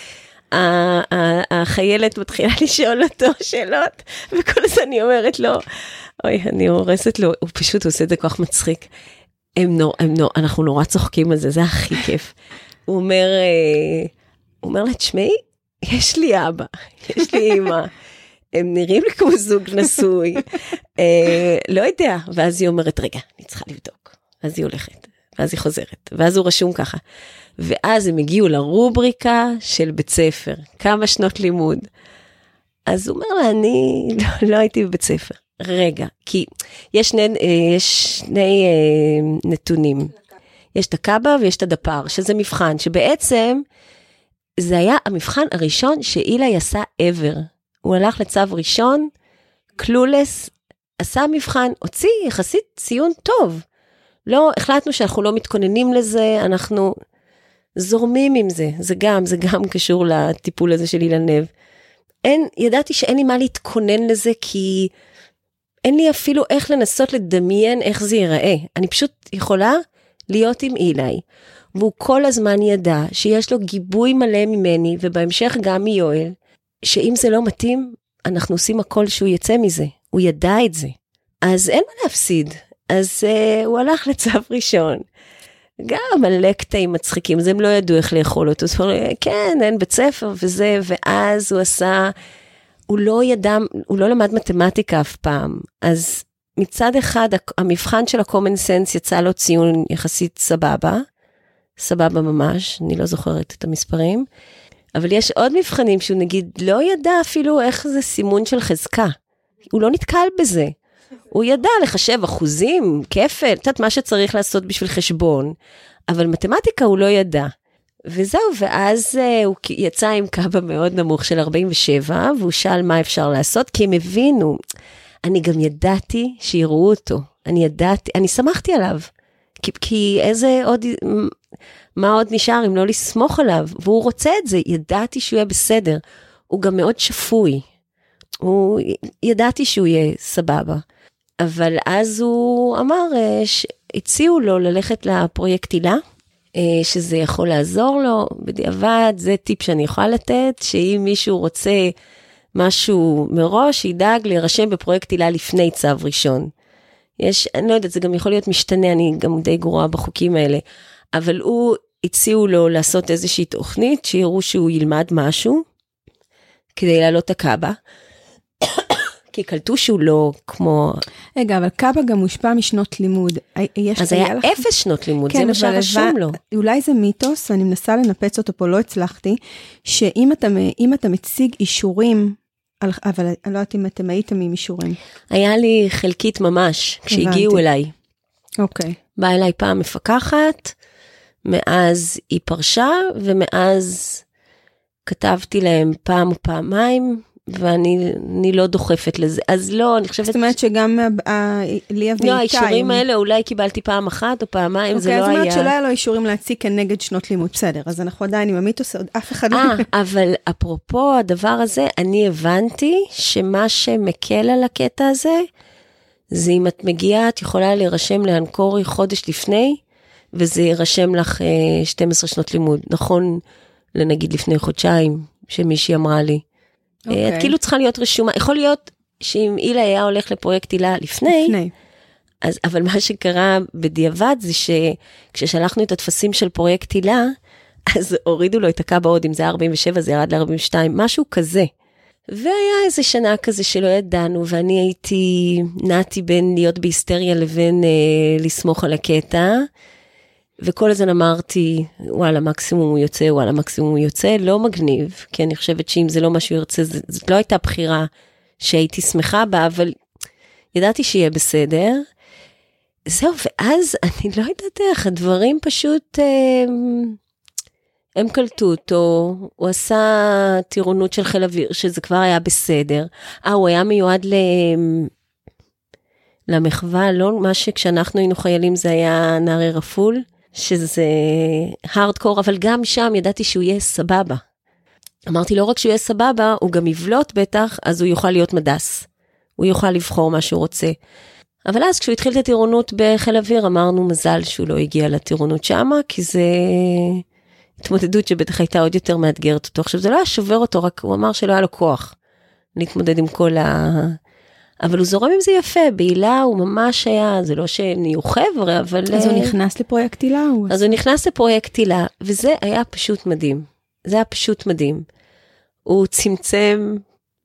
והחיילת מתחילה לשאול אותו שאלות, וכל זה אני אומרת לו, אוי, אני הורסת לו, הוא פשוט עושה את זה כל כך מצחיק, אנחנו נורא צוחקים על זה, זה הכי כיף. הוא אומר לה, תשמעי, יש לי אבא, יש לי אמא, הם נראים לי כמו זוג נשוי, לא יודע, ואז היא אומרת, רגע, אני צריכה לבדוק, אז היא הולכת, ואז היא חוזרת, ואז הוא רשום ככה, ואז הם הגיעו לרובריקה של בית ספר, כמה שנות לימוד, אז הוא אומר לה, אני לא הייתי בבית ספר, רגע, כי יש שני נתונים, יש את הקאבה ויש את הדפר, שזה מבחן, שבעצם זה היה המבחן הראשון שאילי עשה ever. הוא הלך לצו ראשון, קלולס, עשה מבחן, הוציא יחסית ציון טוב. לא, החלטנו שאנחנו לא מתכוננים לזה, אנחנו זורמים עם זה, זה גם קשור לטיפול הזה של אילנב. ידעתי שאין לי מה להתכונן לזה, כי אין לי אפילו איך לנסות לדמיין איך זה ייראה. אני פשוט יכולה להיות עם אילי, והוא כל הזמן ידע שיש לו גיבוי מלא ממני, ובהמשך גם מיואל, שאם זה לא מתאים, אנחנו עושים הכל שהוא יצא מזה. הוא ידע את זה. אז אין מה להפסיד. אז הוא הלך לצו ראשון. גם מלא קטעים מצחיקים, אז הם לא ידעו איך לאכול אותו. אז הוא אומר, כן, אין בית ספר וזה, ואז הוא עשה, הוא לא למד מתמטיקה אף פעם. אז מצד אחד, המבחן של ה-common sense יצא לו ציון יחסית סבבה ממש, אני לא זוכרת את המספרים, אבל יש עוד מבחנים שהוא נגיד לא ידע אפילו איך זה סימון של חזקה, הוא לא נתקל בזה, הוא ידע לחשב אחוזים, כפל, קצת מה שצריך לעשות בשביל חשבון, אבל מתמטיקה הוא לא ידע, וזהו, ואז הוא יצא עם קאבה מאוד נמוך של 47, והוא שאל מה אפשר לעשות, כי הם הבינו, אני גם ידעתי שיראו אותו, אני שמחתי עליו, כי מה עוד נשאר אם לא לסמוך עליו, והוא רוצה את זה, ידעתי שהוא יהיה בסדר, הוא גם מאוד שפוי, ידעתי שהוא יהיה סבבה, אבל אז הוא אמר, הציעו לו ללכת לפרויקט הילה, שזה יכול לעזור לו, בדיעבד, זה טיפ שאני יכולה לתת, שאם מישהו רוצה משהו מראש, ידאג להירשם בפרויקט הילה לפני צו ראשון. אני לא יודעת, זה גם יכול להיות משתנה, אני גם די גרועה בחוקים האלה, אבל הוא הציעו לו לעשות איזושהי תוכנית, שיראו שהוא ילמד משהו, כדי לעלות הקאבה, כי קלטו שהוא לא כמו... רגע, אבל קאבה גם מושפע משנות לימוד. אז היה 0 שנות לימוד, כן, זה מה שרשום לו. אולי זה מיתוס, אני מנסה לנפץ אותו פה, לא הצלחתי, שאם אתה מציג אישורים, אבל אני לא יודעת אם אתם הייתם עם אישורים. היה לי חלקית ממש, כשהגיעו אליי. אוקיי. באה אליי פעם מפקחת, מאז היא פרשה, ומאז כתבתי להם פעם או פעמיים, ואני לא דוחפת לזה. אז לא, אני חושבת... זאת אומרת שגם לי אבי... לא, האישורים האלה אולי קיבלתי פעם אחת או פעמיים, זה לא היה... אוקיי, אז אומרת שלא היה לו אישורים להציג כנגד שנות לימוד, בסדר, אז אנחנו עדיין עם המיתוס, עוד אף אחד לא... אבל אפרופו הדבר הזה, אני הבנתי שמה שמקל על הקטע הזה, זה אם את מגיעה, את יכולה להירשם לאנקורי חודש לפני, וזה יירשם לך 12 שנות לימוד, נכון, לנגיד לפני חודשיים, שמישהי אמרה לי. את כאילו צריכה להיות רשומה, יכול להיות שאם אילה היה הולך לפרויקט הילה לפני, אז, אבל מה שקרה בדיעבד זה שכששלחנו את התפסים של פרויקט הילה, אז הורידו לו את הקאבה עוד, אם זה 47, זה ירד ל-42, משהו כזה. והיה איזה שנה כזה שלא ידענו, ואני נעתי בין להיות בהיסטריה לבין לסמוך על הקטע, וכל הזמן אמרתי, וואלה, מקסימום הוא יוצא, וואלה, מקסימום הוא יוצא, לא מגניב, כי אני חושבת שאם זה לא מה שהוא ירצה, זאת לא הייתה בחירה שהייתי שמחה בה, אבל ידעתי שיהיה בסדר. זהו, ואז אני לא יודעת איך, הדברים פשוט, הם קלטו אותו, הוא עשה טירונות של חיל אוויר, שזה כבר היה בסדר. הוא היה מיועד למחווה, לא מה שכשאנחנו היינו חיילים זה היה נערי רפול, שזה הארדקור, אבל גם שם ידעתי שהוא יהיה סבבה. אמרתי, לא רק שהוא יהיה סבבה, הוא גם יבלוט בטח, אז הוא יוכל להיות מדס. הוא יוכל לבחור מה שהוא רוצה. אבל אז כשהוא התחיל את הטירונות בחיל אוויר, אמרנו מזל שהוא לא הגיע לטירונות שמה, כי זה התמודדות שבטח הייתה עוד יותר מאתגרת אותו. עכשיו זה לא היה שובר אותו, רק הוא אמר שלא היה לו כוח להתמודד עם כל אבל הוא זורם עם זה יפה, בעילה הוא ממש היה, זה לא שהם נהיו חבר'ה, אבל אז הוא נכנס לפרויקט הילה? אז הוא נכנס לפרויקט הילה, וזה היה פשוט מדהים. זה היה פשוט מדהים. הוא צמצם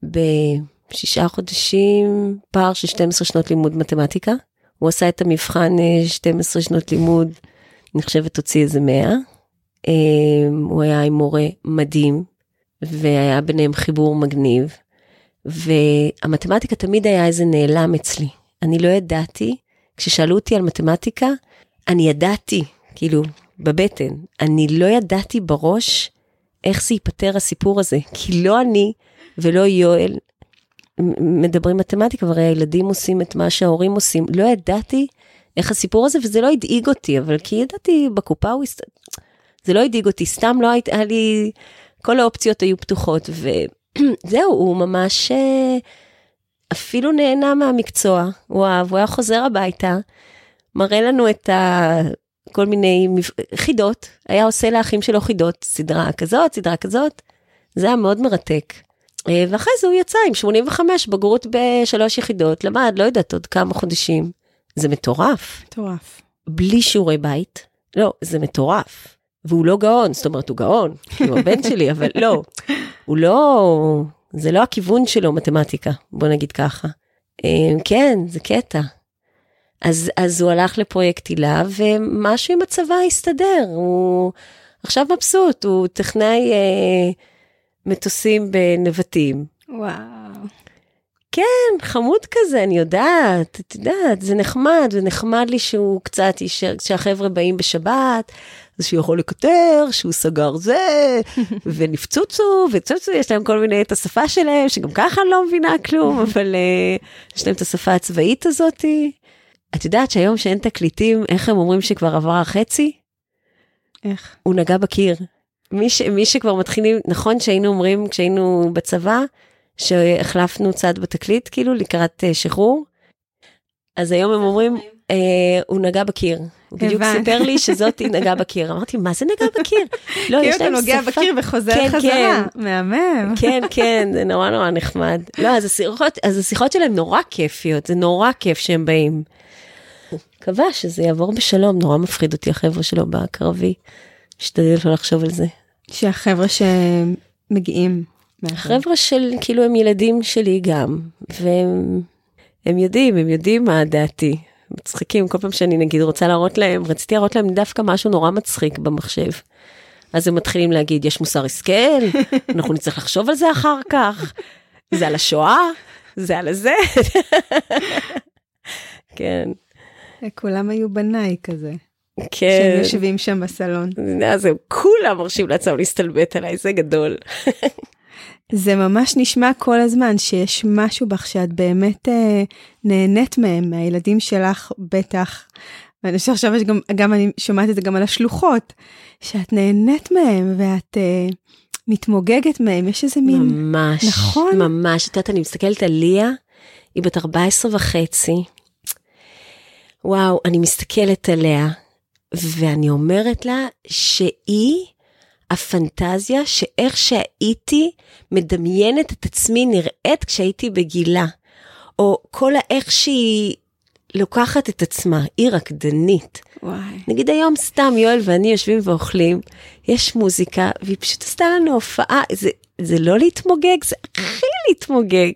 ב6 חודשים, פער של 12 שנות לימוד מתמטיקה. הוא עשה את המבחן 12 שנות לימוד, אני חושבת הוציא איזה 100. הוא היה עם מורה מדהים, והיה ביניהם חיבור מגניב. והמתמטיקה תמיד היה איזה נעלם אצלי. אני לא ידעתי, כששאלו אותי על מתמטיקה, אני ידעתי, כאילו, בבטן, אני לא ידעתי בראש איך זה ייפטר הסיפור הזה, כי לא אני ולא יואל מדברים מתמטיקה, והרי הילדים עושים את מה שההורים עושים, לא ידעתי איך הסיפור הזה, וזה לא הדאיג אותי, אבל כי ידעתי בקופה, זה לא הדאיג אותי, סתם לא היה לי, כל האופציות היו פתוחות, וזהו, הוא ממש אפילו נהנה מהמקצוע, הוא אהב, הוא היה חוזר הביתה, מראה לנו את כל מיני חידות, היה עושה לאחים שלו חידות, סדרה כזאת, זה היה מאוד מרתק. ואחרי זה הוא יצא עם 85 בגרות ב3 יחידות, למד, לא יודעת, עוד כמה חודשים. זה מטורף. מטורף. בלי שיעורי בית, לא, זה מטורף. והוא לא גאון, זאת אומרת, הוא גאון, הוא הבן שלי, אבל לא, הוא לא, זה לא הכיוון שלו מתמטיקה, בוא נגיד ככה. כן, זה קטע. אז הוא הלך לפרויקט הילה, ומשהו עם הצבא הסתדר, הוא עכשיו מבסוט, הוא טכנאי מטוסים בנבטים. וואו. כן, חמוד כזה, אני יודעת, את יודעת, זה נחמד, ונחמד לי שהוא קצת, שהחבר'ה באים בשבת, אז שהוא יכול לקטר, שהוא סגר זה, ונפצוצו, וצוצו, יש להם כל מיני את השפה שלהם, שגם ככה אני לא מבינה כלום, אבל יש להם את השפה הצבאית הזאת. את יודעת שהיום שאין תקליטים, איך הם אומרים שכבר עבר החצי? איך? הוא נגע בקיר. מי שכבר מתחילים, נכון שהיינו אומרים, כשהיינו בצבא, שהחלפנו צד בתקליט, כאילו לקראת שחרור, אז היום הם אומרים, הוא נגע בקיר. הוא בדיוק סיפר לי שזאת נגע בקיר. אמרתי, מה זה נגע בקיר? לא, כאילו אתה נוגע בקיר וחוזר חזרה. מהמם. כן, זה נורא נורא נחמד. לא, אז השיחות שלהם נורא כיפיות, זה נורא כיף שהם באים. מקווה שזה יעבור בשלום, נורא מפחיד אותי החבר'ה שלו בקרבי. שתדעי לא לחשוב על זה. שהחבר'ה שמגיעים. החבר'ה של, כאילו הם ילדים שלי גם, והם יודעים מה דעתי. מצחיקים, כל פעם שאני נגיד רוצה רציתי להראות להם דווקא משהו נורא מצחיק במחשב. אז הם מתחילים להגיד, יש מוסר השכל, אנחנו נצטרך לחשוב על זה אחר כך, זה על השואה, זה על הזה. כן. כולם היו בניי כזה. כן. שהם יושבים שם בסלון. אז הם כולם מרשים לעצמם להסתלבט עליי, זה גדול. זה ממש נשמע כל הזמן שיש משהו בך שאת באמת נהנית מהם, מהילדים שלך בטח. ואני חושבת עכשיו גם אני שומעת את זה גם על השלוחות, שאת נהנית מהם ואת מתמוגגת מהם, יש איזה מין... ממש, נכון? ממש, את יודעת, אני מסתכלת על ליה, היא בת 14.5, וואו, אני מסתכלת עליה, ואני אומרת לה שהיא הפנטזיה שאיך שהייתי מדמיינת את עצמי נראית כשהייתי בגילה, או כל האיך שהיא לוקחת את עצמה, היא רקדנית. וואי. נגיד היום סתם יואל ואני יושבים ואוכלים, יש מוזיקה, והיא פשוט עשתה לנו הופעה, זה לא להתמוגג, זה הכי להתמוגג.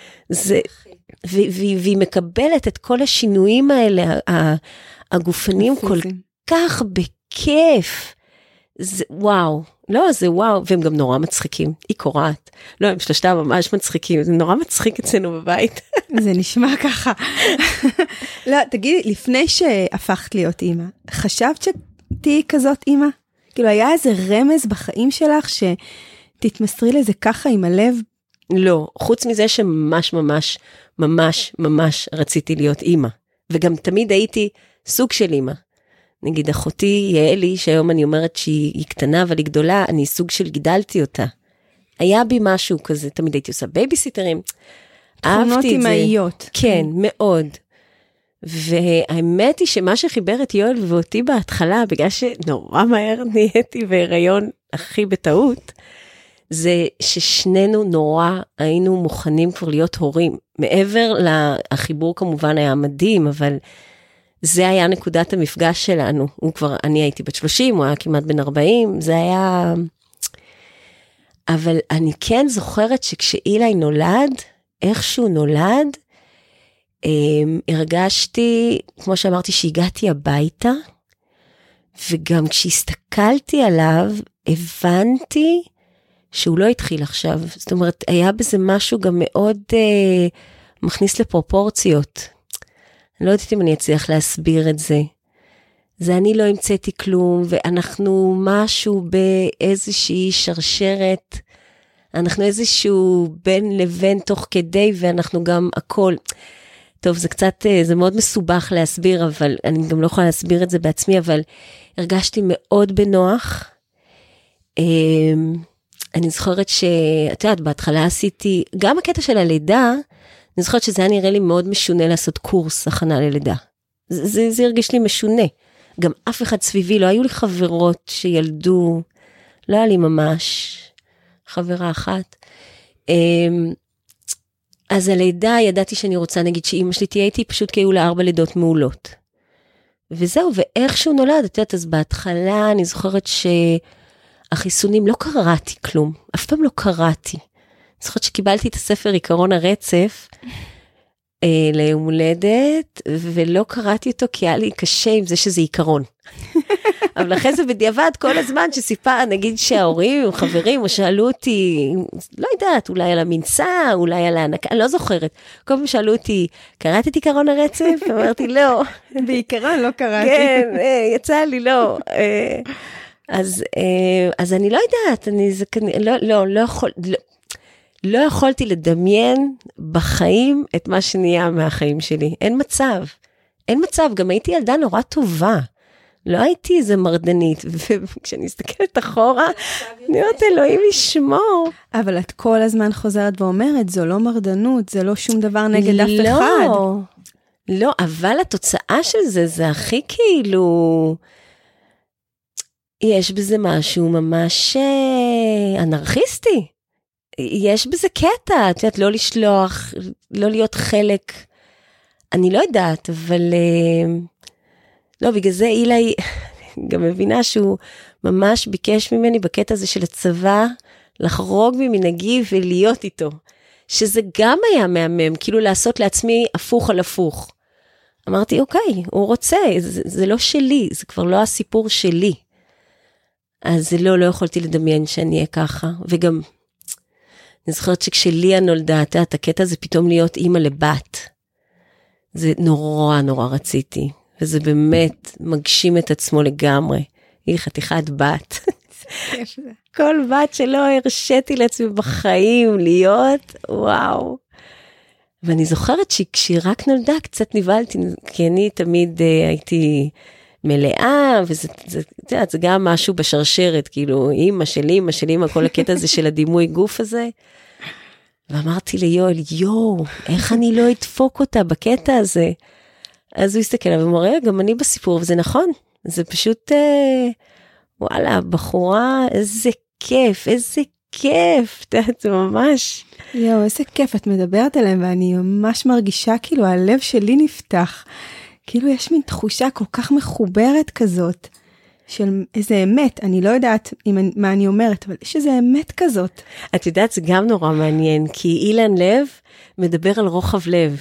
והיא מקבלת את כל השינויים האלה, הגופנים כל כך בכיף. זה וואו, לא, זה וואו, והם גם נורא מצחיקים, היא קוראת, לא, הם שלושתם ממש מצחיקים, זה נורא מצחיק אצלנו בבית. זה נשמע ככה. לא, תגידי, לפני שהפכת להיות אימא, חשבת שתהי כזאת אימא? כאילו, היה איזה רמז בחיים שלך שתתמסרי לזה ככה עם הלב? לא, חוץ מזה שממש ממש ממש ממש רציתי להיות אימא, וגם תמיד הייתי סוג של אימא. נגיד אחותי יעלי, שהיום אני אומרת שהיא קטנה אבל היא גדולה, אני סוג של גידלתי אותה. היה בי משהו כזה, תמיד הייתי עושה בייביסיטרים, אהבתי את זה. אימהיות. כן, מאוד. והאמת היא שמה שחיבר את יואל ואותי בהתחלה, בגלל שנורא מהר נהייתי בהיריון הכי בטעות, זה ששנינו נורא היינו מוכנים כבר להיות הורים. מעבר לחיבור כמובן היה מדהים, אבל זה היה נקודת המפגש שלנו. אני הייתי בת 30, הוא היה כמעט בן 40, זה היה... אבל אני כן זוכרת שכשאילי נולד, איכשהו נולד, הרגשתי, כמו שאמרתי, שהגעתי הביתה, וגם כשהסתכלתי עליו, הבנתי שהוא לא התחיל עכשיו. זאת אומרת, היה בזה משהו גם מאוד מכניס לפרופורציות. אני לא יודעת אם אני אצליח להסביר את זה. זה אני לא המצאתי כלום, ואנחנו משהו באיזושהי שרשרת, אנחנו איזשהו בין לבין תוך כדי, ואנחנו גם הכל. טוב, זה קצת, זה מאוד מסובך להסביר, אבל אני גם לא יכולה להסביר את זה בעצמי, אבל הרגשתי מאוד בנוח. אני זוכרת שאת יודעת, בהתחלה עשיתי, גם הקטע של הלידה, אני זוכרת שזה היה נראה לי מאוד משונה לעשות קורס הכנה ללידה. זה הרגיש לי משונה. גם אף אחד סביבי, לא היו לי חברות שילדו, לא היה לי ממש חברה אחת. אז הלידה ידעתי שאני רוצה, נגיד שאמא שלי תהיה איתי, פשוט כי היו לה 4 לידות מעולות. וזהו, ואיכשהו נולד, את יודעת, אז בהתחלה אני זוכרת שהחיסונים, לא קראתי כלום, אף פעם לא קראתי. אני זוכרת שקיבלתי את הספר עיקרון הרצף, ליום הולדת, ולא קראתי אותו כי היה לי קשה עם זה שזה עיקרון. אבל אחרי זה בדיעבד כל הזמן שסיפר, נגיד שההורים או חברים או שאלו אותי, לא יודעת, אולי על המנסה, אולי על הענקה, אני לא זוכרת. כל פעם שאלו אותי, קראת את עיקרון הרצף? אמרתי, לא. בעיקרון לא קראתי. כן, יצא לי, לא. אז אני לא יודעת, לא יכולתי לדמיין בחיים את מה שנהיה מהחיים שלי. אין מצב, גם הייתי ילדה נורא טובה. לא הייתי איזה מרדנית, וכשאני מסתכלת אחורה, אני אומרת, אלוהים ישמור. אבל את כל הזמן חוזרת ואומרת, זו לא מרדנות, זה לא שום דבר נגד אף אחד. לא, אבל התוצאה של זה, זה הכי כאילו, יש בזה משהו ממש אנרכיסטי. יש בזה קטע, את יודעת, לא לשלוח, לא להיות חלק, אני לא יודעת, אבל לא, בגלל זה אילי גם מבינה שהוא ממש ביקש ממני בקטע הזה של הצבא, לחרוג ממנהגי ולהיות איתו, שזה גם היה מהמם, כאילו לעשות לעצמי הפוך על הפוך. אמרתי, אוקיי, הוא רוצה, זה לא שלי, זה כבר לא הסיפור שלי. אז לא יכולתי לדמיין שאני אהיה ככה, וגם, אני זוכרת שכשליה נולדה, את הקטע זה פתאום להיות אימא לבת. זה נורא נורא רציתי, וזה באמת מגשים את עצמו לגמרי. היא חתיכת בת. כל בת שלא הרשיתי לעצמי בחיים להיות, וואו. ואני זוכרת שכשהיא רק נולדה, קצת נבלתי, כי אני תמיד הייתי מלאה, וזה זה גם משהו בשרשרת, כאילו, אמא שלי, כל הקטע הזה של הדימוי גוף הזה. ואמרתי ליואל, איך אני לא אדפוק אותה בקטע הזה? אז הוא הסתכל עליו ואומר, גם אני בסיפור, וזה נכון, זה פשוט, וואלה, בחורה, איזה כיף, זה ממש. איזה כיף, את מדברת עליהם, ואני ממש מרגישה, כאילו, הלב שלי נפתח, כאילו יש מין תחושה כל כך מחוברת כזאת. של איזה אמת, אני לא יודעת מה אני אומרת, אבל יש איזה אמת כזאת. את יודעת, זה גם נורא מעניין, כי אילן לב מדבר על רוחב לב,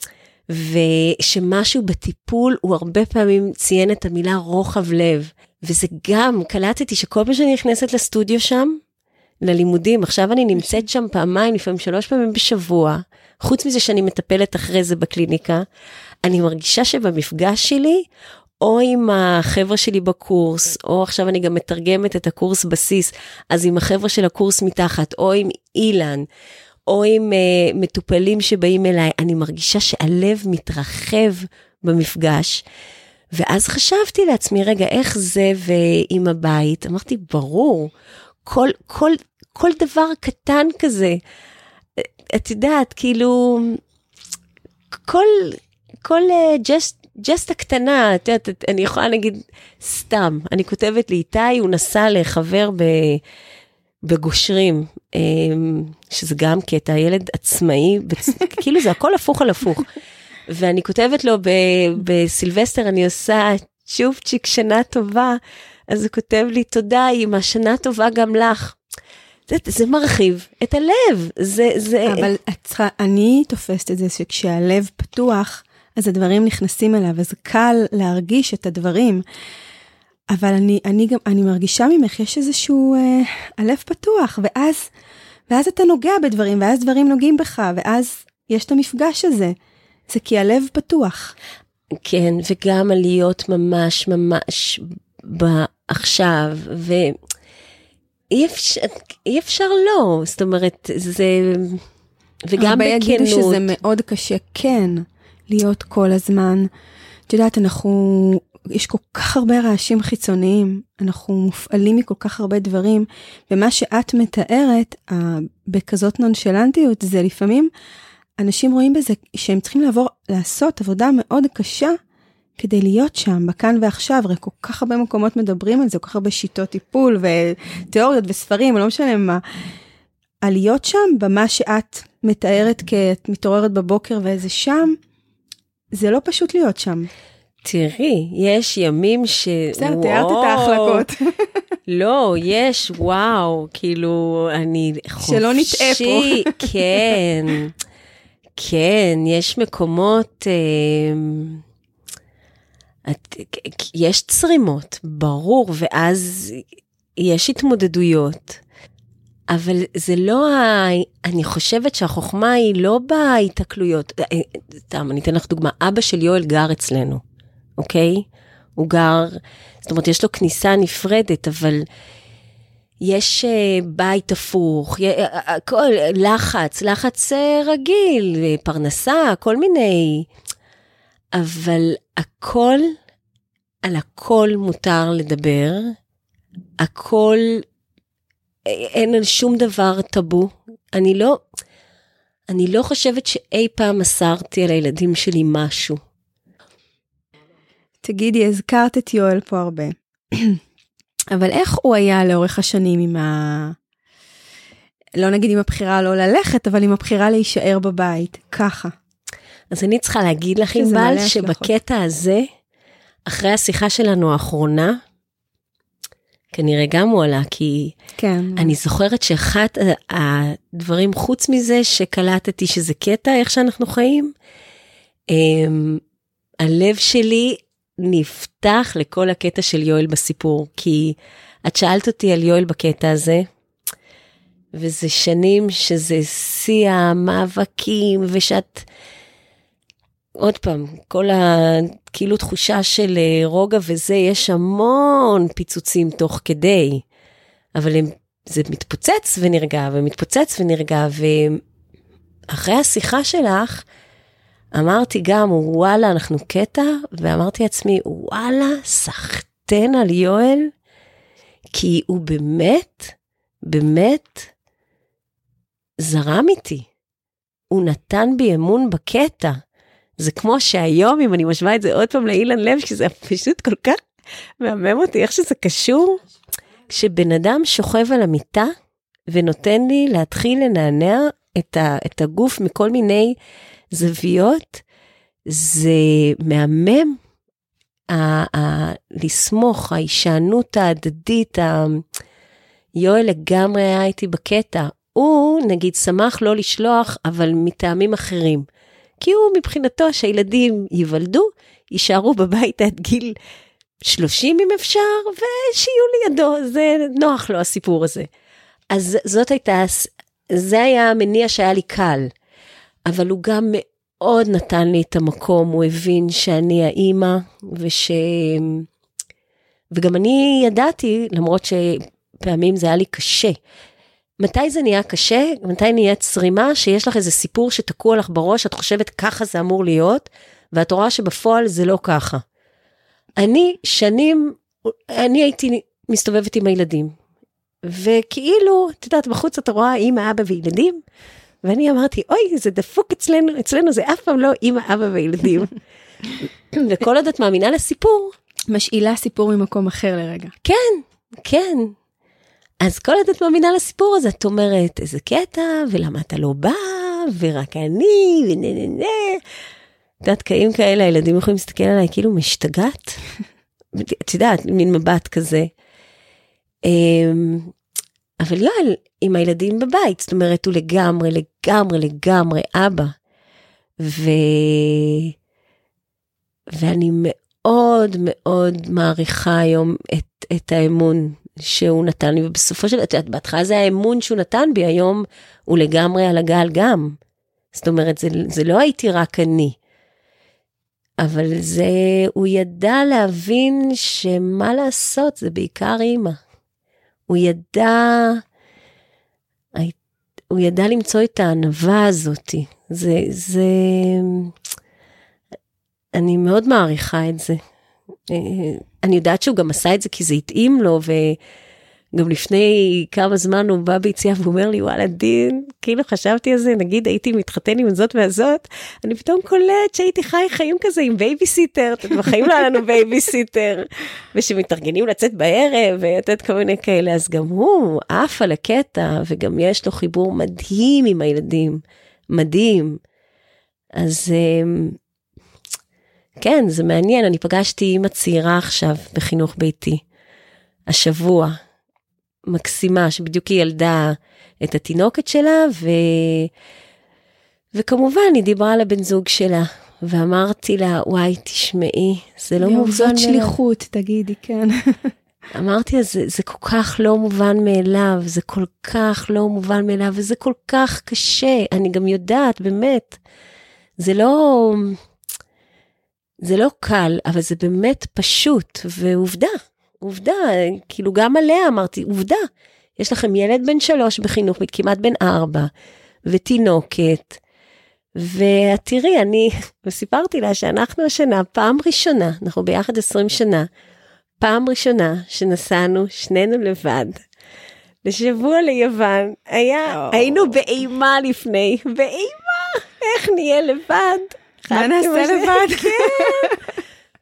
ושמשהו בטיפול הוא הרבה פעמים ציין את המילה רוחב לב, וזה גם, קלטתי שכל פעם שאני נכנסת לסטודיו שם, ללימודים, עכשיו אני נמצאת שם פעמיים, לפעמים 3 פעמים בשבוע, חוץ מזה שאני מטפלת אחרי זה בקליניקה, אני מרגישה שבמפגש שלי, או עם החבר'ה שלי בקורס, או עכשיו אני גם מתרגמת את הקורס בסיס, אז עם החבר'ה של הקורס מתחת, או עם אילן, או עם מטופלים שבאים אליי, אני מרגישה שהלב מתרחב במפגש, ואז חשבתי לעצמי, רגע, איך זה ועם הבית? אמרתי, ברור, כל דבר קטן כזה, את יודעת, כאילו, כל just הקטנה, את יודעת, אני יכולה להגיד, סתם, אני כותבת לי איתי, הוא נסע לחבר בגושרים, שזה גם קטע, ילד עצמאי, כאילו זה הכל הפוך על הפוך, ואני כותבת לו בסילבסטר, אני עושה צ'ופצ'יק שנה טובה, אז הוא כותב לי, תודה, אמא, שנה טובה גם לך. זה מרחיב את הלב. אבל אני תופסת את זה שכשהלב פתוח, אז הדברים נכנסים אליו, אז קל להרגיש את הדברים. אבל אני מרגישה ממך, יש איזשהו הלב פתוח, ואז אתה נוגע בדברים, ואז דברים נוגעים בך, ואז יש את המפגש הזה. זה כי הלב פתוח. כן, וגם להיות ממש עכשיו, אי אפשר לא, זאת אומרת, זה, וגם בכנות. הרבה יגידו שזה מאוד קשה, כן, להיות כל הזמן. את יודעת, יש כל כך הרבה רעשים חיצוניים, אנחנו מופעלים מכל כך הרבה דברים, ומה שאת מתארת, בכזאת נונשלנטיות, זה לפעמים, אנשים רואים בזה שהם צריכים לעשות עבודה מאוד קשה, כדי להיות שם, בכאן ועכשיו, הרי כל כך הרבה מקומות מדברים על זה, כל כך הרבה שיטות טיפול, ותיאוריות וספרים, לא משנה מה, על להיות שם, במה שאת מתארת, כאת מתעוררת בבוקר ואיזה שם, זה לא פשוט להיות שם. תראי, יש ימים בסדר, תיארת את ההחלקות. לא, יש, וואו, כאילו, אני חופשי. שלא נטעה פה. כן, כן, יש מקומות, יש צרימות, ברור, ואז יש התמודדויות, אבל זה לא, אני חושבת שהחוכמה היא לא בהתקלויות, אני אתן לך דוגמה, אבא של יואל גר אצלנו, אוקיי? הוא גר, זאת אומרת, יש לו כניסה נפרדת, אבל יש בית הפוך, הכל, לחץ רגיל, פרנסה, כל מיני, אבל הכל, על הכל מותר לדבר, הכל, אין על שום דבר טאבו, אני לא חושבת שאי פעם מסרתי על הילדים שלי משהו. תגידי, הזכרת את יואל פה הרבה, אבל איך הוא היה לאורך השנים עם לא נגיד עם הבחירה לא ללכת, אבל עם הבחירה להישאר בבית, ככה? אז אני צריכה להגיד לך, ענבל, שבקטע הזה, אחרי השיחה שלנו האחרונה, כנראה גם הוא עלה, כי כן. אני זוכרת שאחד הדברים חוץ מזה, שקלטתי שזה קטע, איך שאנחנו חיים, הלב שלי נפתח לכל הקטע של יואל בסיפור, כי את שאלת אותי על יואל בקטע הזה, וזה שנים שזה שיא המאבקים, ושאת, עוד פעם, כל כאילו תחושה של רוגע וזה, יש המון פיצוצים תוך כדי, אבל זה מתפוצץ ונרגע, ומתפוצץ ונרגע, ואחרי השיחה שלך, אמרתי גם, וואלה, אנחנו קטע, ואמרתי לעצמי, וואלה, סחטן על יואל, כי הוא באמת, זרם איתי. הוא נתן בי אמון בקטע. זה כמו שהיום, אם אני משווה את זה עוד פעם לאילן לב, שזה פשוט כל כך מהמם אותי, איך שזה קשור, כשבן אדם שוכב על המיטה, ונותן לי להתחיל לנענע את הגוף מכל מיני זוויות, זה מהמם. לסמוך, ההישענות ההדדית, יואל לגמרי היה איתי בקטע, הוא נגיד שמח לא לשלוח, אבל מטעמים אחרים, כי הוא מבחינתו שהילדים ייוולדו, יישארו בבית עד גיל 30 אם אפשר, ושיהיו לידו, זה נוח לו הסיפור הזה. אז זה היה המניע שהיה לי קל, אבל הוא גם מאוד נתן לי את המקום, הוא הבין שאני האימא, וגם אני ידעתי, למרות שפעמים זה היה לי קשה, מתי זה נהיה קשה? מתי נהיה צרימה שיש לך איזה סיפור שתקוע לך בראש, את חושבת ככה זה אמור להיות, ואת רואה שבפועל זה לא ככה. אני הייתי מסתובבת עם הילדים, וכאילו, את יודעת, בחוץ אתה רואה אמא, אבא וילדים, ואני אמרתי, אוי, זה דפוק אצלנו זה אף פעם לא אמא, אבא וילדים. וכל עוד את מאמינה לסיפור, משאילה סיפור ממקום אחר לרגע. כן, כן. אז כל עוד את מאמינה לסיפור הזה, את אומרת, איזה קטע, ולמה אתה לא בא, ורק אני, ונננה. את יודעת, קיים כאלה, הילדים יכולים להסתכל עליי, כאילו משתגעת. את יודעת, מין מבט כזה. אבל יואל, עם הילדים בבית, זאת אומרת, הוא לגמרי אבא. ואני מאוד מאוד מעריכה היום את האמון שהוא נתן לי, ובסופו של דבר, בהתחלה זה האמון שהוא נתן בי, היום הוא לגמרי על הגל גם. זאת אומרת, זה לא הייתי רק אני. אבל הוא ידע להבין שמה לעשות, זה בעיקר אימא. הוא ידע למצוא את הענווה הזאת. אני מאוד מעריכה את זה. אני יודעת שהוא גם עשה את זה כי זה התאים לו, וגם לפני כמה זמן הוא בא ביציאה והוא אומר לי, וואלה דין, כאילו חשבתי על זה, נגיד הייתי מתחתן עם זאת והזאת, אני פתאום קולט שהייתי חיים כזה עם בייביסיטר, בחיים לא היה לנו בייביסיטר, ושמתארגנים לצאת בערב, ויתת כל מיני כאלה, אז גם הוא עף על הקטע, וגם יש לו חיבור מדהים עם הילדים, מדהים. אז כן, זה מעניין, אני פגשתי אמא צעירה עכשיו בחינוך ביתי, השבוע, מקסימה, שבדיוק היא ילדה את התינוקת שלה, וכמובן היא דיברה על הבן זוג שלה, ואמרתי לה, וואי, תשמעי, זה לא מובן מאליו. זאת שליחות, תגידי, כן. אמרתי, זה כל כך לא מובן מאליו, זה כל כך לא מובן מאליו, וזה כל כך קשה, אני גם יודעת, באמת, זה לא קל, אבל זה באמת פשוט, עובדה, כאילו גם עליה אמרתי, עובדה, יש לכם ילד בן 3 בחינוך, כמעט בן 4, ותינוקת, ותראי, וסיפרתי לה שאנחנו השנה, פעם ראשונה, אנחנו ביחד 20 שנה, פעם ראשונה שנסענו שנינו לבד, לשבוע ליוון, היינו באימה לפני, איך נהיה לבד? מה נעשה לבד? כן.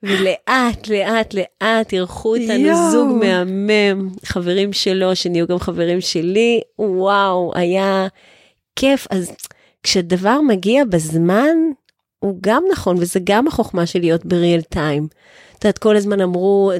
ולאט אירחו אותנו זוג מהמם, חברים שלו, שנהיו גם חברים שלי, וואו, היה כיף. אז כשדבר מגיע בזמן, הוא גם נכון, וזה גם החוכמה של להיות בריאל טיים. את יודעת, כל הזמן אמרו,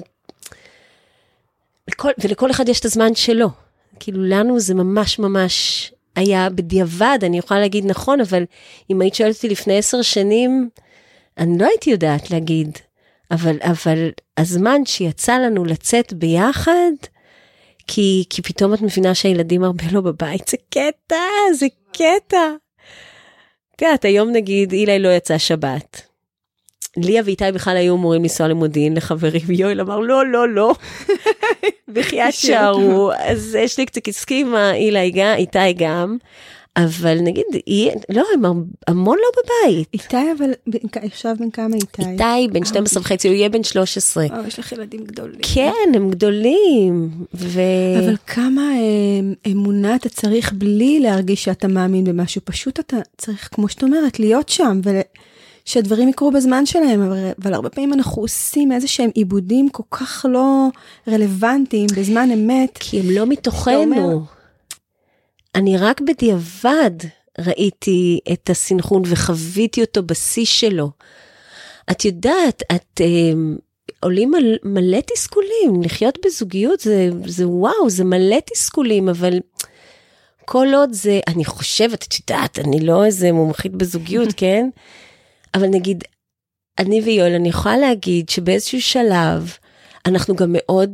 ולכל אחד יש את הזמן שלו. כאילו לנו זה ממש היה בדיעבד, אני יכולה להגיד נכון, אבל אם היית שואלת אותי לפני 10 שנים, אני לא הייתי יודעת להגיד, אבל הזמן שיצא לנו לצאת ביחד, כי פתאום את מבינה שהילדים הרבה לא בבית, זה קטע. תראה, היום נגיד, אילי לא יצא שבת. ליה ואיתי בכלל היו אמורים לנסוע למודיעין לחברים, יואל אמר, לא. בחיית שערו, אז יש לי קצת הסכימה, איתי גם, אבל נגיד, לא, הם המון לא בבית. איתי, אבל עכשיו בן כמה איתי? איתי, בן 12 וחצי, הוא יהיה בן 13. יש לך ילדים גדולים. כן, הם גדולים. אבל כמה אמונה אתה צריך בלי להרגיש שאתה מאמין במשהו, פשוט אתה צריך, כמו שאת אומרת, להיות שם, שהדברים יקרו בזמן שלהם, אבל הרבה פעמים אנחנו עושים איזה שהם עיבודים כל כך לא רלוונטיים בזמן אמת. כי הם לא מתוכנו. אני רק בדיעבד ראיתי את הסנכרון וחוויתי אותו בשיא שלו. את יודעת, עולים מלא תסכולים, לחיות בזוגיות זה וואו, זה מלא תסכולים, אבל כל עוד זה, אני חושבת, את יודעת, אני לא איזה מומחית בזוגיות, כן? אבל נגיד, אני ויואל, אני יכולה להגיד שבאיזשהו שלב, אנחנו גם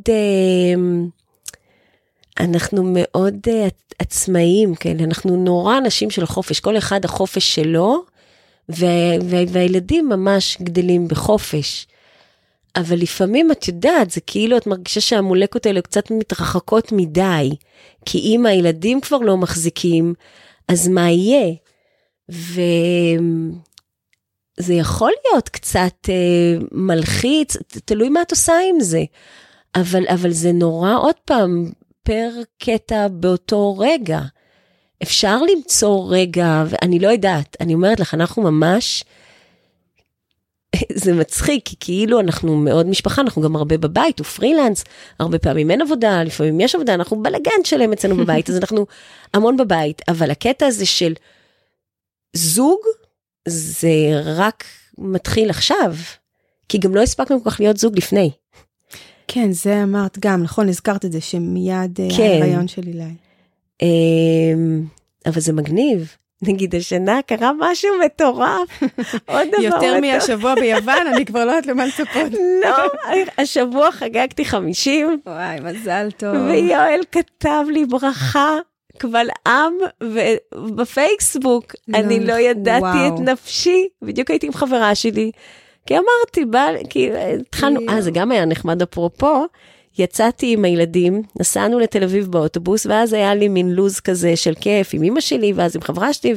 מאוד עצמאיים, כן? אנחנו נורא אנשים של החופש, כל אחד החופש שלו, והילדים ממש גדלים בחופש. אבל לפעמים את יודעת, זה כאילו את מרגישה שהמולקות האלה קצת מתרחקות מדי, כי אם הילדים כבר לא מחזיקים, אז מה יהיה? וזה יכול להיות קצת מלחיץ, תלוי מה את עושה עם זה, אבל זה נורא עוד פעם, פר קטע באותו רגע. אפשר למצוא רגע, ואני לא יודעת, אני אומרת לך, אנחנו ממש, זה מצחיק, כי כאילו אנחנו מאוד משפחה, אנחנו גם הרבה בבית, ופרילנס, הרבה פעמים אין עבודה, לפעמים יש עבודה, אנחנו בלגן שלהם אצלנו בבית, אז אנחנו המון בבית, אבל הקטע הזה של זוג, זה רק מתחיל עכשיו, כי גם לא הספקנו כל כך להיות זוג לפני. כן, זה אמרת גם, נכון, הזכרת את זה, שמיד הרעיון של אילי. אבל זה מגניב. נגיד, השנה קרה משהו מטורף. עוד דבר יותר מהשבוע ביוון, אני כבר לא יודעת למה לצפות. לא, השבוע חגגתי 50. וואי, מזל טוב. ויואל כתב לי ברכה, קבל עם, ובפייסבוק, אני לא ידעתי את נפשי, בדיוק הייתי עם חברה שלי, כי אמרתי, כי התחלנו, זה גם היה נחמד אפרופו, יצאתי עם הילדים, נסענו לתל אביב באוטובוס, ואז היה לי מין לוז כזה של כיף עם אמא שלי, ואז עם חברה שלי,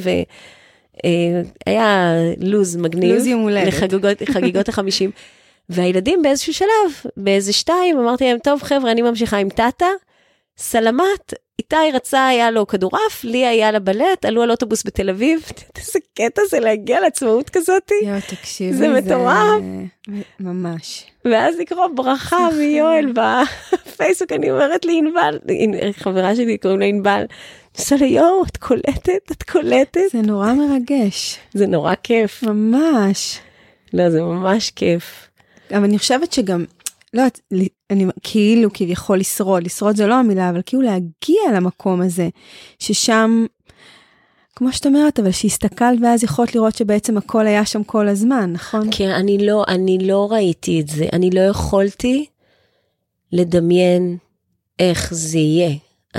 והיה לוז מגניב. לוז יום הולדת. לחגיגות ה-50. והילדים באיזשהו שלב, באיזה 2, אמרתי להם, טוב חבר'ה, אני ממשיכה עם טאטה, סלמת, איתי רצה, היה לו כדורף, לי היה לבלט, עלו על אוטובוס בתל אביב, איזה קטע זה להגיע לעצמאות כזאת. תקשיבי, זה מטורף. ממש. ואז לקרוא ברכה מיואל בפייסבוק, אני אומרת לי ענבל, חברה שלי קוראים לה ענבל, עושה לי, יואו, את קולטת. זה נורא מרגש. זה נורא כיף. ממש. לא, זה ממש כיף. אבל אני חושבת שגם, לא, אני כאילו כביכול לשרוד זה לא המילה, אבל כאילו להגיע למקום הזה, ששם, כמו שאת אומרת, אבל שהסתכלת ואז יכולת לראות שבעצם הכל היה שם כל הזמן, נכון? כן, אני לא ראיתי את זה, אני לא יכולתי לדמיין איך זה יהיה.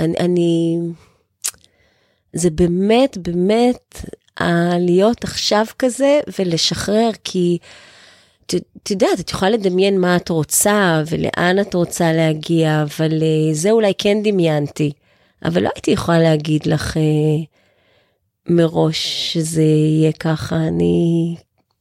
זה באמת, להיות עכשיו כזה ולשחרר, כי את יודעת, את יכולה לדמיין מה את רוצה ולאן את רוצה להגיע, אבל זה אולי כן דמיינתי, אבל לא הייתי יכולה להגיד לך מראש שזה יהיה ככה, אני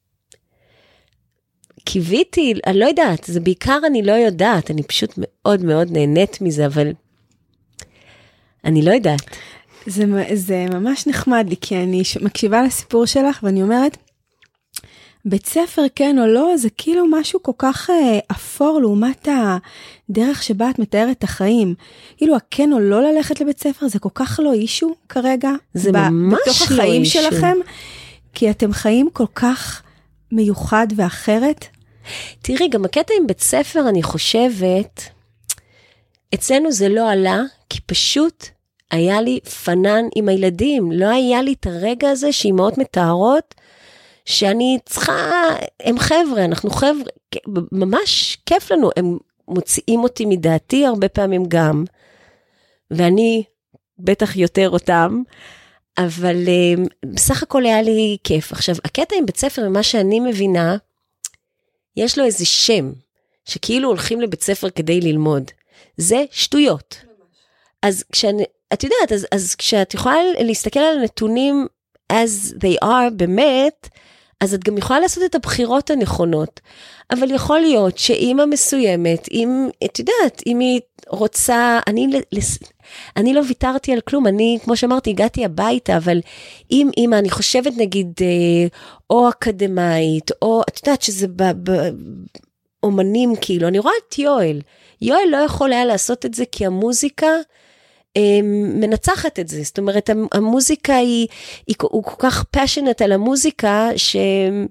קיוויתי, אני לא יודעת, זה בעיקר אני לא יודעת, אני פשוט מאוד מאוד נהנית מזה, אבל אני לא יודעת. זה ממש נחמד לי, כי אני מקשיבה לסיפור שלך ואני אומרת, בית ספר כן או לא, זה כאילו משהו כל כך אפור לעומת הדרך שבה את מתארת את החיים. כאילו הכן או לא ללכת לבית ספר, זה כל כך לא אישו כרגע. זה ממש בתוך לא החיים אישו. שלכם, כי אתם חיים כל כך מיוחד ואחרת. תראי, גם הקטע עם בית ספר, אני חושבת, אצלנו זה לא עלה, כי פשוט היה לי פנן עם הילדים. לא היה לי את הרגע הזה שאימהות מתארות, שאני צריכה, הם חבר'ה, אנחנו חבר'ה, ממש כיף לנו, הם מוציאים אותי מדעתי הרבה פעמים גם, ואני בטח יותר אותם, אבל בסך הכל היה לי כיף. עכשיו, הקטע עם בית ספר, ממה שאני מבינה, יש לו איזה שם, שכאילו הולכים לבית ספר כדי ללמוד. זה שטויות. אז את יודעת, אז כשאת יכולה להסתכל על הנתונים, as they are באמת, אז את גם יכולה לעשות את הבחירות הנכונות, אבל יכול להיות שאמא מסוימת, אם, את יודעת, אם היא רוצה, אני לא ויתרתי על כלום, אני, כמו שאמרתי, הגעתי הביתה, אבל אם אמא, אני חושבת נגיד, או אקדמאית, או, את יודעת שזה באומנים כאילו, אני רואה את יואל לא יכול היה לעשות את זה, כי המוזיקה, מנצחת את זה, זאת אומרת, המוזיקה הוא כל כך passionate על המוזיקה,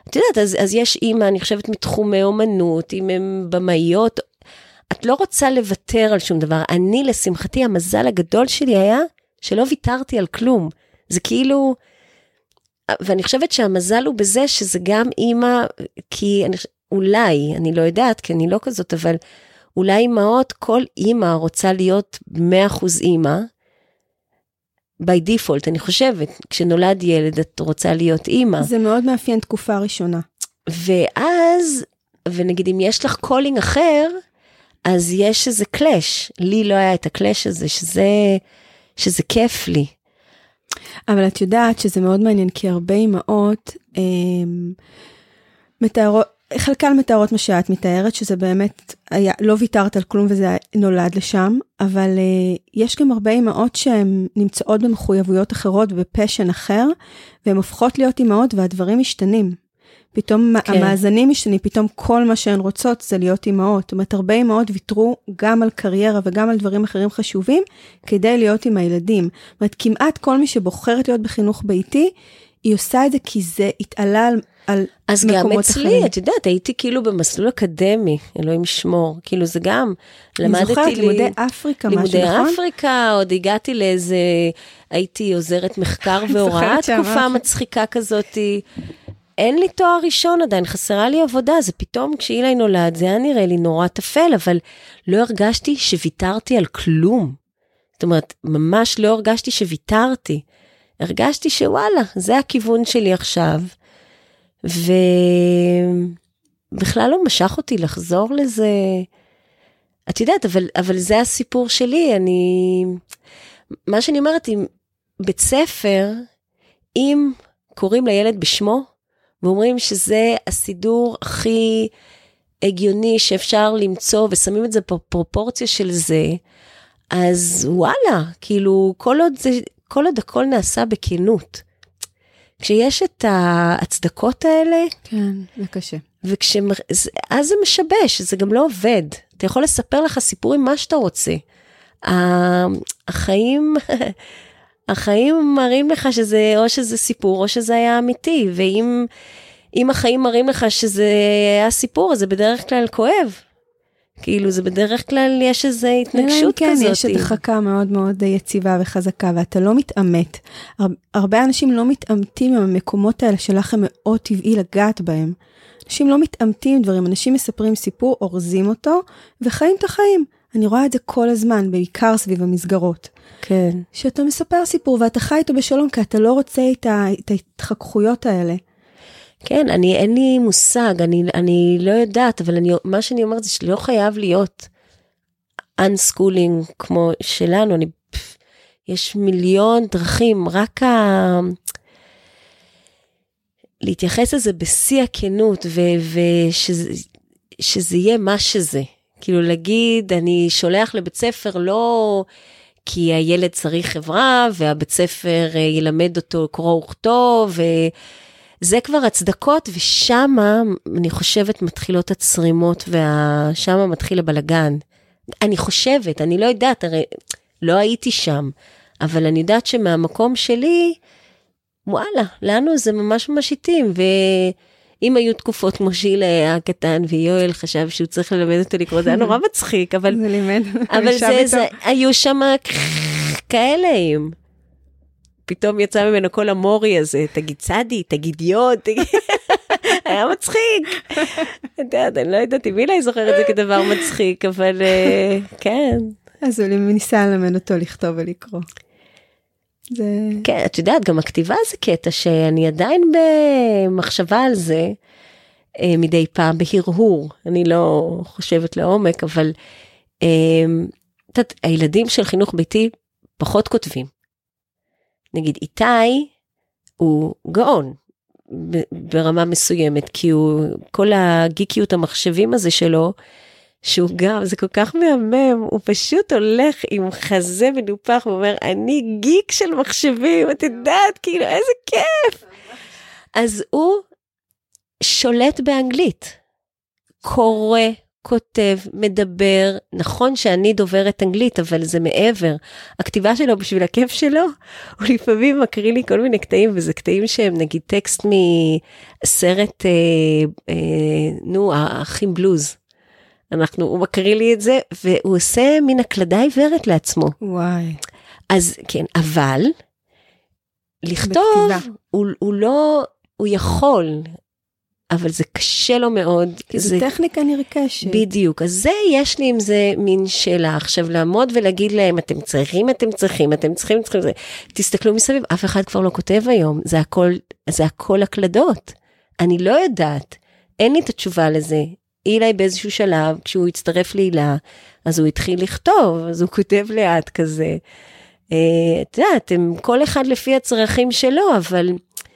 את יודעת, אז יש אימא, אני חושבת, מתחומי אומנות, אם הם במאיות, את לא רוצה לוותר על שום דבר. אני, לשמחתי, המזל הגדול שלי היה שלא ויתרתי על כלום. זה כאילו, ואני חושבת שהמזל הוא בזה שזה גם אימא, כי אולי, אני לא יודעת, כי אני לא כזאת, אבל אולי אימהות, כל אימא רוצה להיות 100% אימא, by default, אני חושבת, כשנולד ילד, את רוצה להיות אימא. זה מאוד מאפיין תקופה ראשונה. ואז, ונגיד, אם יש לך קולינג אחר, אז יש איזה קלאש. לי לא היה את הקלאש הזה, שזה כיף לי. אבל את יודעת שזה מאוד מעניין, כי הרבה אימהות חלקן מתארות מה שאת מתארת, שזה באמת, לא ויתרת על כלום וזה נולד לשם, אבל יש גם הרבה אימהות שהן נמצאות במחויבויות אחרות ובפשן אחר, והן הופכות להיות אימהות והדברים משתנים. פתאום המאזנים משתנים, פתאום כל מה שהן רוצות זה להיות אימהות. זאת אומרת, הרבה אימהות ויתרו גם על קריירה וגם על דברים אחרים חשובים, כדי להיות עם הילדים. זאת אומרת, כמעט כל מי שבוחרת להיות בחינוך ביתי, היא עושה את זה כי זה התעלה על אז גם אצלי, את יודעת, הייתי כאילו במסלול אקדמי, אלוהים ישמור, כאילו זה גם, למדתי אני זוכרת, לימודי אפריקה, משהו, נכון? לימודי אפריקה, עוד הגעתי לאיזה, הייתי עוזרת מחקר והוראה, תקופה מצחיקה כזאת, אין לי תואר ראשון עדיין, חסרה לי עבודה, זה פתאום כשאילי נולד, זה היה נראה לי נורא תפל, אבל לא הרגשתי שוויתרתי על כלום. זאת אומרת, ממש לא הרגשתי שוויתרתי. הרגשתי שוואלה, זה הכיוון שלי עכשיו, ובכלל לא משך אותי לחזור לזה. את יודעת, אבל זה הסיפור שלי, מה שאני אומרת, עם בית ספר, אם קוראים לילד בשמו, ואומרים שזה הסידור הכי הגיוני שאפשר למצוא, ושמים את זה בפרופורציה של זה, אז וואלה, כאילו, כל עוד הכל נעשה בכנות. כשיש את ההצדקות האלה, כן, זה קשה. אז זה משבש, זה גם לא עובד. אתה יכול לספר לך סיפורים מה שאתה רוצה. החיים מראים לך שזה, או שזה סיפור, או שזה היה אמיתי, ואם החיים מראים לך שזה היה סיפור, זה בדרך כלל כואב. כאילו, זה בדרך כלל יש איזו התנגשות כזאת. כן, יש הדחקה מאוד מאוד יציבה וחזקה, ואתה לא מתאמת. הרבה אנשים לא מתאמתים עם המקומות האלה שלכם מאוד טבעי לגעת בהם. אנשים לא מתאמתים דברים, אנשים מספרים סיפור, אורזים אותו, וחיים את החיים. אני רואה את זה כל הזמן, בעיקר סביב המסגרות. כן. שאתה מספר סיפור, ואתה חי איתו בשלום, כי אתה לא רוצה את ההתחככויות האלה. כן, אין לי מושג, אני לא יודעת, אבל מה שאני אומרת זה שלא חייב להיות unschooling כמו שלנו, יש מיליון דרכים, רק להתייחס לזה בשיא הכנות, ושזה יהיה מה שזה. כאילו להגיד, אני שולח לבית ספר לא כי הילד צריך חברה, והבית ספר ילמד אותו קרוא וכתוב, זה כבר הצדקות, ושמה, אני חושבת, מתחילות הצרימות, ושמה מתחיל הבלגן. אני חושבת, אני לא יודעת, הרי לא הייתי שם, אבל אני יודעת שמהמקום שלי, וואלה, לנו זה ממש ממש איטים, ואם היו תקופות כמו שילה היה קטן, ויואל חשב שהוא צריך ללמד אותו לקרוא, זה היה נורא מצחיק, אבל, זה לימד, אבל היו שם כאלה, פתאום יצא ממנו כל המורי הזה, תגיד צדי, תגיד יוד, היה מצחיק. אני לא יודעת אם מילה זוכר את זה כדבר מצחיק, אבל כן. אז הוא ניסה ללמד אותו לכתוב ולקרוא. כן, את יודעת, גם הכתיבה זה קטע שהיא עדיין במחשבה על זה, מדי פעם בהרהור, אני לא חושבת לעומק, אבל הילדים של חינוך ביתי פחות כותבים. נגיד, איתי הוא גאון ברמה מסוימת, כי הוא, כל הגיקיות המחשבים הזה שלו, שהוא גם, זה כל כך מהמם, הוא פשוט הולך עם חזה מנופח, ואומר, אני גיק של מחשבים, את יודעת, כאילו, איזה כיף. אז הוא שולט באנגלית, קורא, כותב, מדבר, נכון שאני דוברת אנגלית, אבל זה מעבר. הכתיבה שלו בשביל הכיף שלו, הוא לפעמים מקריא לי כל מיני קטעים, וזה קטעים שהם נגיד טקסט מסרט, האחים בלוז. הוא מקריא לי את זה, והוא עושה מין הקלדה עיוורת לעצמו. וואי. אז כן, אבל לכתוב, הוא יכול, אבל זה קשה לו מאוד. כי זה טכניקה נרכשת. בדיוק, אז זה יש לי עם זה מין שאלה, עכשיו לעמוד ולהגיד להם, אתם צריכים, תסתכלו מסביב, אף אחד כבר לא כותב היום, זה הכל הקלדות, אני לא יודעת, אין לי את התשובה לזה, אילי באיזשהו שלב, כשהוא הצטרף להילה, אז הוא התחיל לכתוב, אז הוא כותב לאט כזה, את יודעת, כל אחד לפי הצרכים שלו, אבל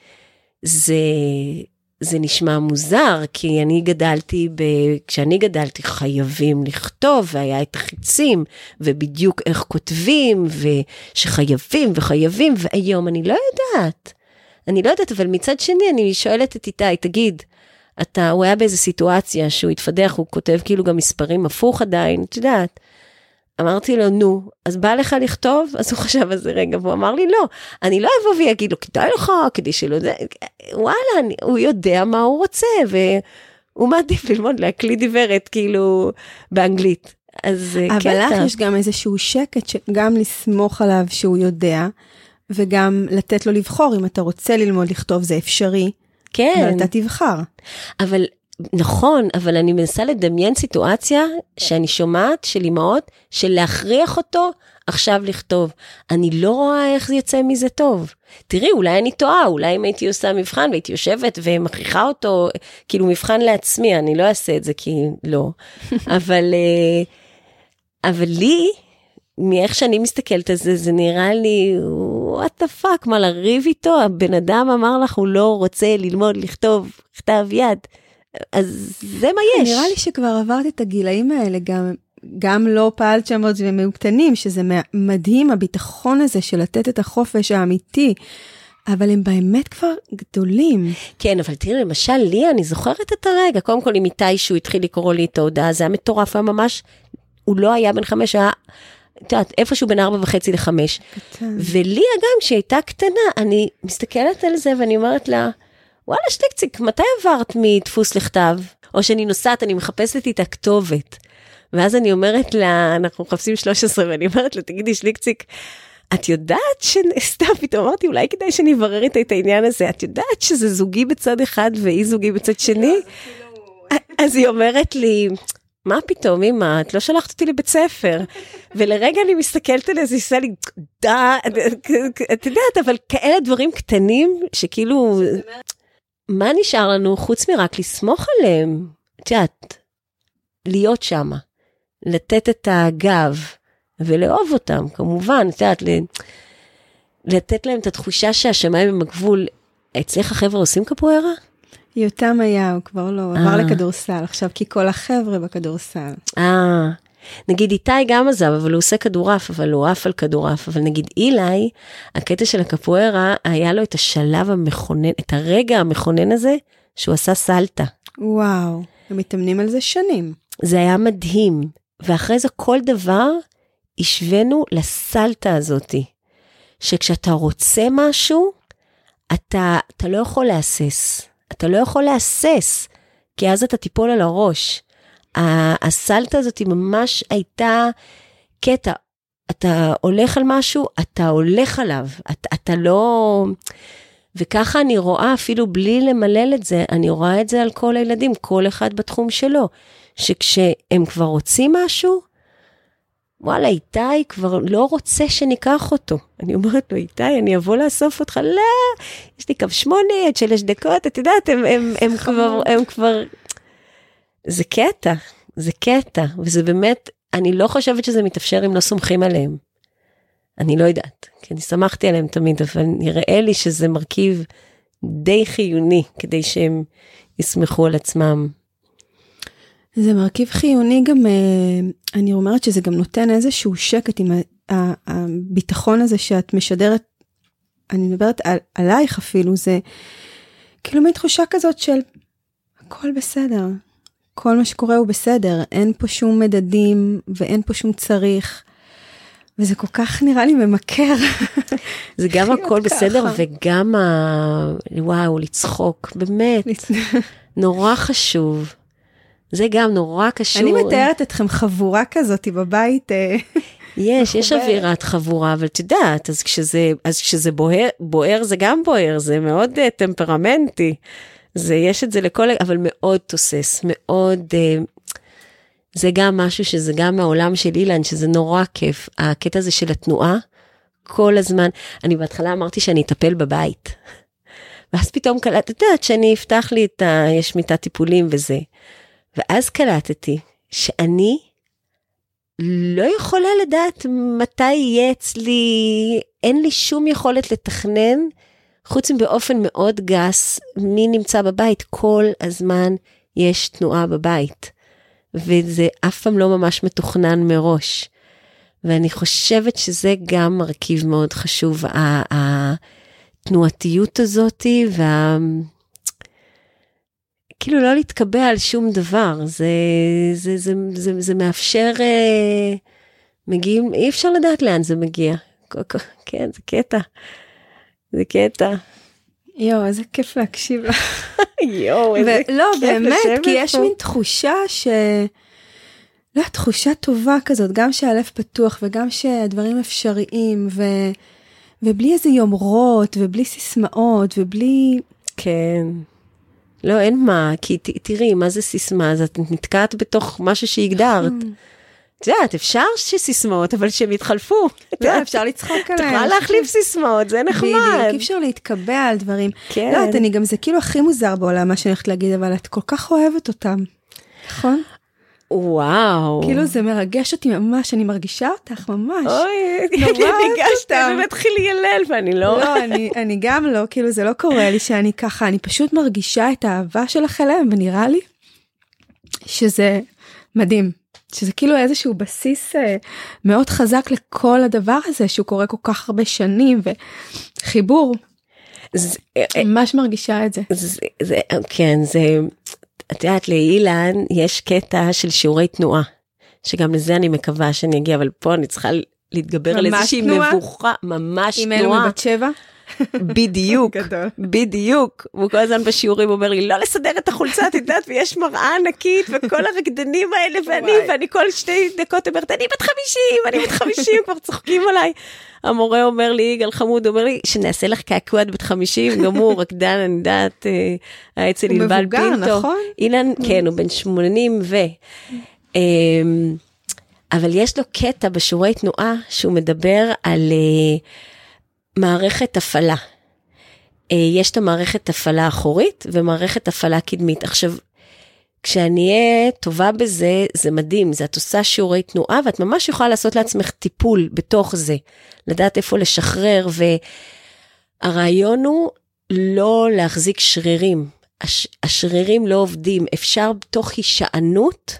זה נשמע מוזר, כי כשאני גדלתי חייבים לכתוב, והיה את החיצים, ובדיוק איך כותבים, וחייבים, והיום אני לא יודעת, אבל מצד שני אני שואלת את איתי, תגיד, הוא היה באיזו סיטואציה שהוא התפדח, הוא כותב כאילו גם מספרים הפוך עדיין, את יודעת, אמרתי לו, נו, אז בא לך לכתוב? אז הוא חשב על זה רגע, והוא אמר לי, לא, אני לא אבוא ויגיד לו, כדאי לך, כדי שלא, וואלה, הוא יודע מה הוא רוצה, והוא מעדיף ללמוד להקליד עיוורת, כאילו, באנגלית. אז אבל לך יש גם איזשהו שקט, שגם לסמוך עליו שהוא יודע, וגם לתת לו לבחור, אם אתה רוצה ללמוד לכתוב, זה אפשרי, כן. ואתה תבחר. אבל נכון, אבל אני מנסה לדמיין סיטואציה שאני שומעת של אמהות, של להכריח אותו עכשיו לכתוב. אני לא רואה איך זה יצא מזה טוב. תראי, אולי אני טועה, אולי אם הייתי עושה מבחן והייתי יושבת ומכריחה אותו, כאילו מבחן לעצמי, אני לא אעשה את זה כי לא. אבל לי, מאיך שאני מסתכלת על זה, זה נראה לי, what the fuck, מה לריב איתו? הבן אדם אמר לך, הוא לא רוצה ללמוד לכתוב כתב יד. אז זה מה יש. נראה לי שכבר עברת את הגילאים האלה, גם לא פעלת שם עוד והם היו קטנים, שזה מדהים הביטחון הזה של לתת את החופש האמיתי, אבל הם באמת כבר גדולים. כן, אבל תראי, למשל לי, אני זוכרת את הרגע, קודם כל עם איתי שהוא התחיל לקרוא לי את ההודעה, זה היה מטורף, היה ממש, הוא לא היה בן 5, היה, את יודעת, איפשהו בין 4.5 ל-5. ולי אגם, כשהיא הייתה קטנה, אני מסתכלת על זה ואני אומרת לה, וואלה, שליקציק, מתי עברת מדפוס לכתב? או שאני נוסעת, אני מחפשת את הכתובת. ואז אני אומרת לה, אנחנו מחפשים 13, ואני אומרת לה, תגידי, שליקציק, את יודעת סתם פתאום אמרתי, אולי כדאי שאני אברר את העניין הזה, את יודעת שזה זוגי בצד אחד, ואי זוגי בצד שני? אז היא אומרת לי, מה פתאום, אמא, את לא שלחת אותי לבית ספר. ולרגע אני מסתכלת עליה, זה עושה לי, את יודעת, אבל כאלה דברים קטנים, שכאילו, מה נשאר לנו חוץ מרק לסמוך עליהם? את יודעת, להיות שמה, לתת את הגב, ולאהוב אותם, כמובן, את יודעת, לתת להם את התחושה שהשמיים הם הגבול. אצלך החבר'ה עושים קפוארה? יותם היה, הוא כבר לא, עבר לכדורסל, עכשיו כי כל החבר'ה בכדורסל. נגיד איתי גם עזב, אבל הוא עושה כדורף, אבל הוא עף על כדורף, אבל נגיד אילי, הקטע של הקפוארה, היה לו את השלב המכונן, את הרגע המכונן הזה, שהוא עשה סלטה. וואו, הם מתאמנים על זה שנים. זה היה מדהים, ואחרי זה כל דבר, השווינו לסלטה הזאת, שכשאתה רוצה משהו, אתה לא יכול להסס. אתה לא יכול להסס, כי אז אתה תיפול על הראש. הסלטה הזאת ממש הייתה קטע. אתה הולך על משהו, אתה הולך עליו. אתה לא... וככה אני רואה, אפילו בלי למלל את זה, אני רואה את זה על כל הילדים, כל אחד בתחום שלו. שכשהם כבר רוצים משהו, וואלה, איתי כבר לא רוצה שניקח אותו. אני אומרת לו, איתי, אני אבוא לאסוף אותך. לא, יש לי קו 8 עד 3 דקות, את יודעת, הם כבר... זה קטע, זה קטע, וזה באמת, אני לא חושבת שזה מתאפשר אם לא סומכים עליהם. אני לא יודעת, כי אני שמחתי עליהם תמיד, אבל נראה לי שזה מרכיב די חיוני, כדי שהם יסמכו על עצמם. זה מרכיב חיוני גם, אני אומרת שזה גם נותן איזשהו שקט עם הביטחון הזה שאת משדרת, אני מדברת עלייך אפילו, זה כאילו מתחושה כזאת של הכל בסדר, כל מה שקורה הוא בסדר, אין פה שום מדדים, ואין פה שום צריך, וזה כל כך נראה לי ממכר. זה גם הכל בסדר, וגם וואו, לצחוק, באמת, נורא חשוב. זה גם נורא קשור. אני מתארת אתכם חבורה כזאת בבית. יש אווירת חבורה, אבל תדעת, אז כשזה בוער, זה גם בוער, זה מאוד טמפרמנטי. יש את זה לכל, אבל מאוד תוסס, מאוד, זה גם משהו שזה גם מהעולם של אילן, שזה נורא כיף, הקטע הזה של התנועה, כל הזמן, אני בהתחלה אמרתי שאני אטפל בבית, ואז פתאום קלטתי, את יודעת שאני אפתח לי יש מיטת טיפולים וזה, ואז קלטתי שאני לא יכולה לדעת מתי יהיה אצלי, אין לי שום יכולת לתכנן, חוץ מבאופן מאוד גס, מי נמצא בבית, כל הזמן יש תנועה בבית, וזה אף פעם לא ממש מתוכנן מראש, ואני חושבת שזה גם מרכיב מאוד חשוב, התנועתיות הזאת, כאילו לא להתקבע על שום דבר, זה מאפשר, מגיעים, אי אפשר לדעת לאן זה מגיע, כן, זה קטע. זה קטע. יואו, איזה כיף להקשיב לך. יואו, איזה כיף. לא, באמת, כי יש מין תחושה לא, תחושה טובה כזאת, גם שהלב פתוח, וגם שהדברים אפשריים, ובלי איזה יומרות, ובלי סיסמאות, ובלי... כן. לא, אין מה, כי תראי, מה זה סיסמה? אז את נתקעת בתוך משהו שהגדרת. את יודעת, אפשר שסיסמאות, אבל שהם יתחלפו. לא, אפשר לצחוק עליהם. תוכל להחליף סיסמאות, זה נחמד. בדיוק, אפשר להתקבע על דברים. כן. לא, אני גם, זה כאילו הכי מוזר בעולם, מה שאני הולכת להגיד, אבל את כל כך אוהבת אותם. נכון? וואו. כאילו זה מרגש אותי ממש, אני מרגישה אותך ממש. אוי, ניגשת, ומתחיל להילל, ואני לא. לא, אני גם לא, כאילו זה לא קורה לי שאני ככה, אני פשוט מרגישה את האהבה שלך אליהם, ונראה לי שזה מדהים. שזה כאילו איזשהו בסיס מאוד חזק לכל הדבר הזה, שהוא קורה כל כך הרבה שנים, וחיבור. ממש מרגישה את זה. כן, זה... את יודעת, לאילן יש קטע של שיעורי תנועה, שגם לזה אני מקווה שאני אגיע, אבל פה אני צריכה להתגבר על איזושהי מבוכה, ממש תנועה. עם אלו מבת 7? בדיוק, בדיוק. והוא כל הזמן בשיעורים אומר לי, לא לסדר את החולצה, את יודעת, ויש מראה ענקית, וכל הרקדנים האלה, ואני כל 2 דקות אומרת, אני בת 50, כבר צוחקים עליי. המורה אומר לי, יגאל חמוד, אומר לי, שנעשה לך קעקוע בת 50, גם הוא רקדן, אני יודעת, אצל ילבל פינטו. הוא מבוגר, נכון? אילן, כן, הוא בן 80 אבל יש לו קטע בשיעורי תנועה, שהוא מדבר על מערכת הפעלה. יש את המערכת הפעלה האחורית, ומערכת הפעלה קדמית. עכשיו, כשאני אהיה טובה בזה, זה מדהים, זה את עושה שיעורי תנועה, ואת ממש יכולה לעשות לעצמך טיפול בתוך זה, לדעת איפה לשחרר, והרעיון הוא לא להחזיק שרירים, השרירים לא עובדים, אפשר בתוך הישענות,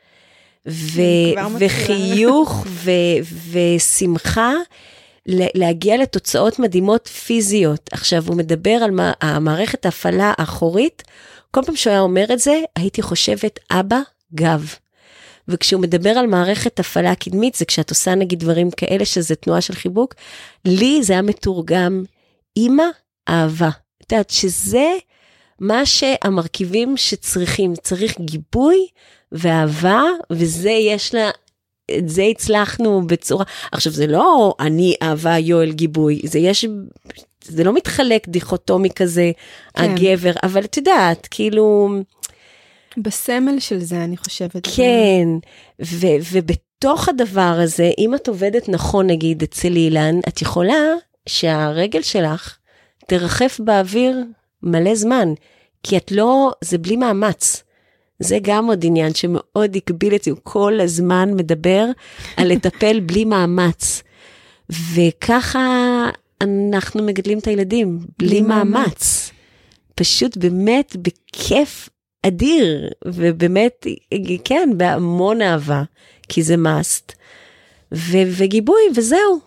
וחיוך ושמחה, להגיע לתוצאות מדהימות פיזיות. עכשיו, הוא מדבר על המערכת ההפעלה האחורית, כל פעם שהוא היה אומר את זה, הייתי חושבת, אבא, גב. וכשהוא מדבר על מערכת הפעלה קדמית, זה כשאת עושה נגיד דברים כאלה, שזה תנועה של חיבוק, לי זה היה מתורגם, אמא, אהבה. את יודעת, שזה מה שהמרכיבים שצריכים, צריך גיבוי ואהבה, וזה יש לה, את זה הצלחנו בצורה, עכשיו זה לא אני אהבה יואל גיבוי, זה לא מתחלק דיכוטומי כזה, כן. הגבר, אבל את יודעת, כאילו... בסמל של זה אני חושבת. כן, ובתוך הדבר הזה, אם את עובדת נכון נגיד אצל אילן, את יכולה שהרגל שלך תרחף באוויר מלא זמן, כי את לא, זה בלי מאמץ. זה גם עוד עניין שמאוד הקביל את זה, הוא כל הזמן מדבר על לטפל בלי מאמץ. וככה אנחנו מגדלים את הילדים, בלי מאמץ. פשוט באמת בכיף אדיר, ובאמת, כן, בהמון אהבה, כי זה מאסט. וגיבוי, וזהו.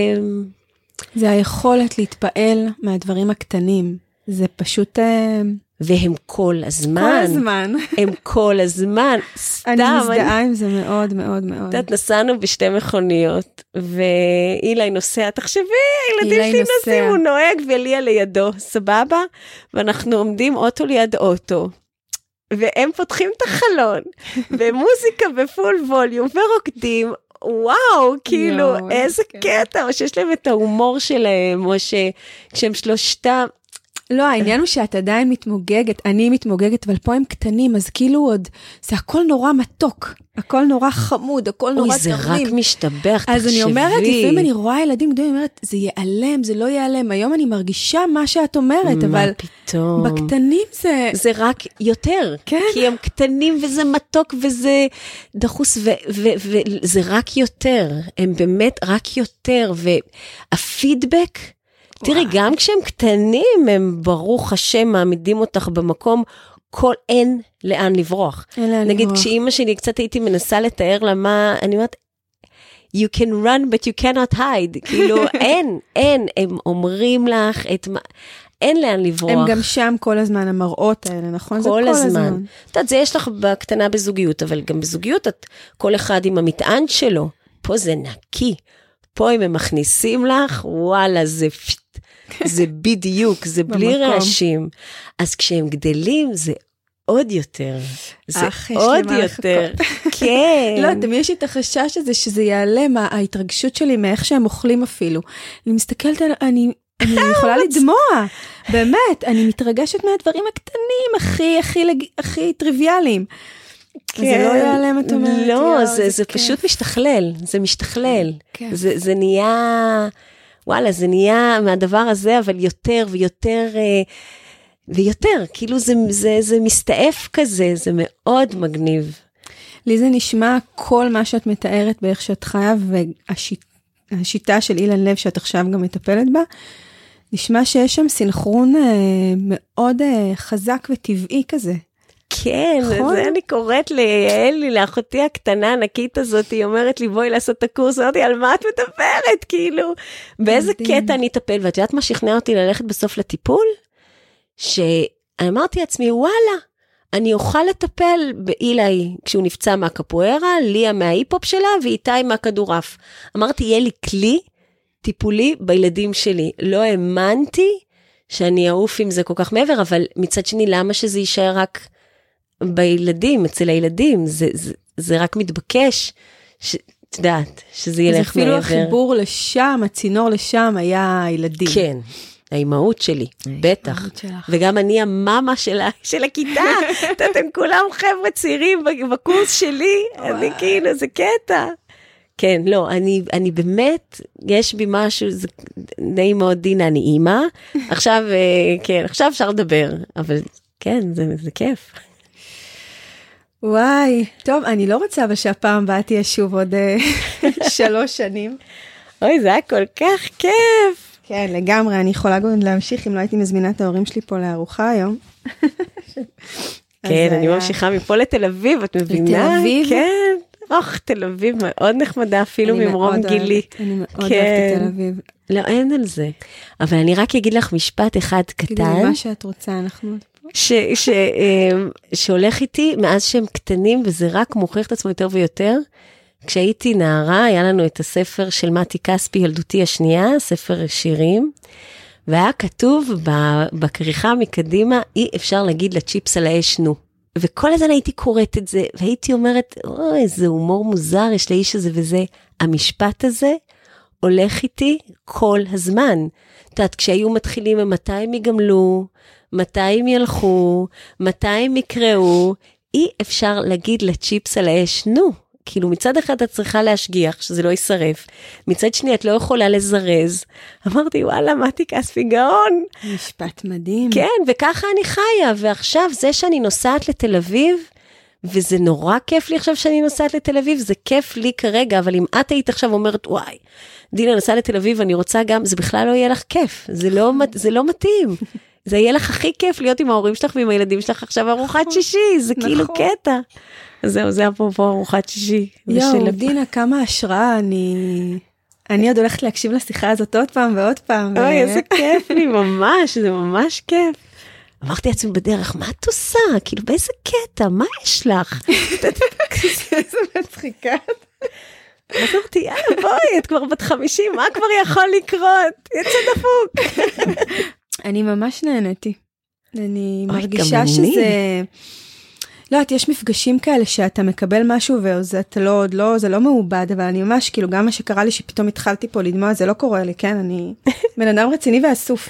זה היכולת להתפעל מהדברים הקטנים. זה פשוט והם כל הזמן. כל הזמן. הם כל הזמן. סתם. אני מזדהה עם זה מאוד מאוד מאוד. את נסענו בשתי מכוניות, ואילי נוסע, תחשבי, הילדים שלי נוסעים, הוא נוהג וליה לידו, סבבה? ואנחנו עומדים אוטו ליד אוטו, והם פותחים את החלון, ומוזיקה בפול ווליום, ורוקדים, וואו, כאילו, איזה קטע, או שיש להם את ההומור שלהם, או שכשהם שלושתם, לא, העניין הוא שאת עדיין מתמוגגת, אני מתמוגגת, אבל פה הם קטנים, אז כאילו עוד, זה הכל נורא מתוק, הכל נורא חמוד, הכל נורא תמים. אוי, זה רק משתבח, תחשבי. אז אני אומרת, לפעמים אני רואה ילדים גדולים, אני אומרת, זה ייעלם, זה לא ייעלם, היום אני מרגישה מה שאת אומרת, אבל פתאום? בקטנים זה... זה רק יותר, כן. כי הם קטנים וזה מתוק וזה דחוס, וזה רק יותר, הם באמת רק יותר, והפידבק, תראי, גם כשהם קטנים, הם ברוך השם מעמידים אותך במקום, אין לאן לברוח. נגיד, כשאימא שלי קצת הייתי מנסה לתאר לה מה, אני אומרת, you can run but you cannot hide, כאילו אין, הם אומרים לך את מה, אין לאן לברוח. הם גם שם כל הזמן, המראות האלה, נכון? כל הזמן. את יודעת, זה יש לך בקטנה בזוגיות, אבל גם בזוגיות, כל אחד עם המטען שלו, פה זה נקי, פה אם הם מכניסים לך, וואלה, זה בדיוק, זה בלי רעשים. אז כשהם גדלים, זה עוד יותר. זה עוד יותר. כן. לא, תמיד יש את החשש הזה, שזה יעלם, ההתרגשות שלי, מאיך שהם אוכלים אפילו. אני מסתכלת על, אני יכולה לדמוע. באמת, אני מתרגשת מהדברים הקטנים, הכי טריוויאליים. זה לא ייעלם, את אומרת. לא, זה פשוט משתכלל, זה משתכלל. זה נהיה, וואלה, זה נהיה מהדבר הזה, אבל יותר ויותר, ויותר, כאילו זה מסתעף כזה, זה מאוד מגניב. לי זה נשמע כל מה שאת מתארת באיך שאת חיה, והשיטה של אילן לב שאת עכשיו גם מטפלת בה, נשמע שיש שם סינכרון מאוד חזק וטבעי כזה. כן, זה אני קוראת ליעלי, לאחותי הקטנה הענקית הזאת, היא אומרת לי, בואי לעשות את הקורס, אמרתי, על מה את מדברת? כאילו, באיזה קטע אני אטפל, ואת יודעת מה שכנע אותי ללכת בסוף לטיפול? שאמרתי לעצמי, וואלה, אני אוכל לטפל באילי, כשהוא נפצע מהקפוארה, ליה מההיפופ שלה, ואיתי מהכדורף. אמרתי, יהיה לי כלי טיפולי בילדים שלי. לא האמנתי שאני אעוף עם זה כל כך מעבר, אבל מצד שני, למה שזה יישאר רק בילדים, אצל הילדים? זה רק מתבקש, את יודעת, שזה ילך מעבר. אז אפילו החיבור לשם, הצינור לשם היה הילדים. כן. האימהות שלי, בטח. וגם אני המאמה של הכיתה. אתם כולם חבר'ה צעירים בקורס שלי, אני כאילו, זה קטע. כן, לא, אני באמת, יש בי משהו, זה די מאוד דינה, אני אימא. עכשיו, כן, עכשיו אפשר לדבר, אבל כן, זה כיף. וואי, טוב, אני לא רוצה, אבל שהפעם באה תהיה שוב עוד 3 שנים. אוי, זה היה כל כך כיף. כן, לגמרי, אני יכולה גם להמשיך, אם לא הייתי מזמינה את ההורים שלי פה לארוחה היום. כן, אני ממשיכה מפה לתל אביב, את מבינה? לתל אביב? כן, תל אביב מאוד נחמדה, אפילו ממרום גילי. אני מאוד אוהבת את תל אביב. לא, אין על זה. אבל אני רק אגיד לך משפט אחד קטן. תגידי, מה שאת רוצה, אנחנו... שהולך איתי מאז שהם קטנים, וזה רק מוכיח את עצמו יותר ויותר. כשהייתי נערה, היה לנו את הספר של מתי כספי, ילדותי השנייה, ספר שירים, והיה כתוב בכריכה מקדימה, אי אפשר להגיד לצ'יפס על האש נו. וכל הזמן הייתי קוראת את זה, והייתי אומרת, אוי, איזה הומור מוזר יש לאיש הזה וזה. המשפט הזה הולך איתי כל הזמן. את יודעת, כשהיו מתחילים, מתי הם יגמלו, מתי הם ילכו, מתי הם יקראו, אי אפשר להגיד לצ'יפס על האש נו. כאילו מצד אחד את צריכה להשגיח שזה לא יישרף, מצד שני את לא יכולה לזרז. אמרתי וואלה, מתי כספי גאון. משפט מדהים. כן, וככה אני חיה, ועכשיו זה שאני נוסעת לתל אביב, וזה נורא כיף לי עכשיו שאני נוסעת לתל אביב, זה כיף לי כרגע, אבל אם את היית עכשיו אומרת וואי, דינה נסעה לתל אביב, אני רוצה גם, זה בכלל לא יהיה לך כיף, זה לא מתאים. זה יהיה לך הכי כיף להיות עם ההורים שלך ועם הילדים שלך עכשיו ארוחת שישי, זה כאילו קטע. זהו, זה אפרופו ארוחת שישי. יואו, דינה, כמה השראה, אני עוד הולכת להקשיב לשיחה הזאת עוד פעם ועוד פעם. אוי, איזה כיף לי, ממש, זה ממש כיף. אמרתי לעצמי בדרך, מה את עושה? כאילו, באיזה קטע? מה יש לך? איזה מצחיקה. אז אמרתי, יאללה, בואי, את כבר בת 50, מה כבר יכול לקרות? יצא דפוק. אני ממש נהניתי. אני מרגישה שזה... לא, יש מפגשים כאלה שאתה מקבל משהו וזה זה לא מעובד, אבל אני ממש, כאילו, גם מה שקרה לי שפתאום התחלתי פה לדמוע, זה לא קורה לי, כן? אני בן אדם רציני ואסוף.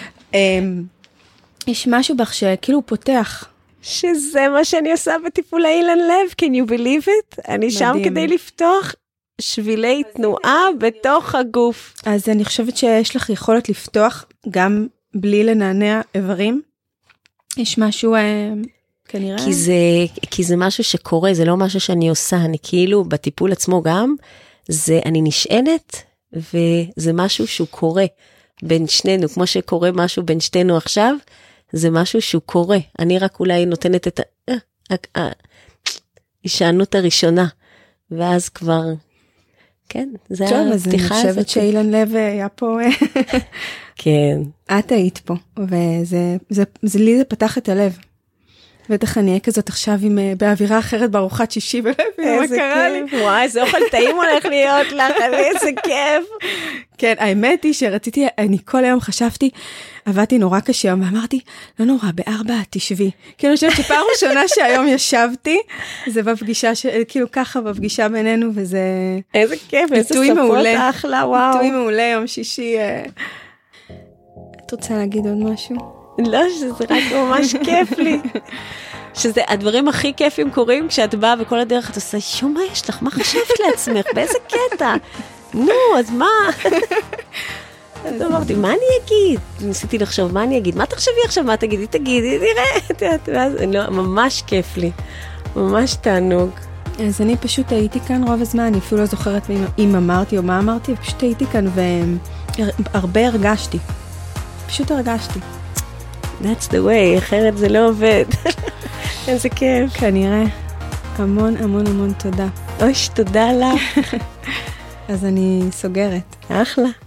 יש משהו בך שכאילו פותח. שזה מה שאני עושה בטיפולי אילן לב, can you believe it? אני שם כדי לפתוח שבילי תנועה בתוך הגוף. אז אני חושבת שיש לך יכולת לפתוח גם בלי לנענע איברים. יש משהו כנראה. כי זה משהו שקורה, זה לא משהו שאני עושה, אני כאילו בטיפול עצמו גם, אני נשענת, וזה משהו שהוא קורה בין שנינו, כמו שקורה משהו בין שנינו עכשיו, זה משהו שהוא קורה, אני רק אולי נותנת את ההישענות הראשונה, ואז כבר, כן, זה הפתיחה הזאת. טוב, אז אני חושבת שאילן לב היה פה, כן. את היית פה, לי זה פתח את הלב. בטח אני אהיה כזאת עכשיו באווירה אחרת בארוחת שישי בלב, מה קרה לי? וואי, איזה אוכל טעים הולך להיות לך, איזה כיף. כן, האמת היא שרציתי, אני כל היום חשבתי, עבדתי נורא קשה, ואמרתי, לא נורא, ב4 תשבי. כאילו, אני חושבת שפעם ראשונה שהיום ישבתי, זה בפגישה, כאילו ככה בפגישה בינינו, וזה... איזה כיף, איזה שפות אחלה, וואו. ביטוי מעולה, יום שישי. את רוצה להגיד עוד משהו? לא, שזה רק ממש כיף לי. שזה הדברים הכי כיפים קורים כשאת באה וכל הדרך את עושה, מה יש לך? מה חשבת לעצמך? באיזה קטע? נו, אז מה? אז אמרתי, מה אני אגיד? ניסיתי לחשוב, מה אני אגיד? מה תחשבי עכשיו? מה תגידי? תגידי, נראה. ממש כיף לי. ממש תענוג. אז אני פשוט הייתי כאן רוב הזמן, אני אפילו לא זוכרת אם אמרתי או מה אמרתי, ופשוט הייתי כאן והרבה הרגשתי. פשוט הרגשתי. That's the way, אחרת זה לא עובד. איזה כיף. כנראה. המון המון המון תודה. אוי, תודה לך. אז אני סוגרת. אחלה.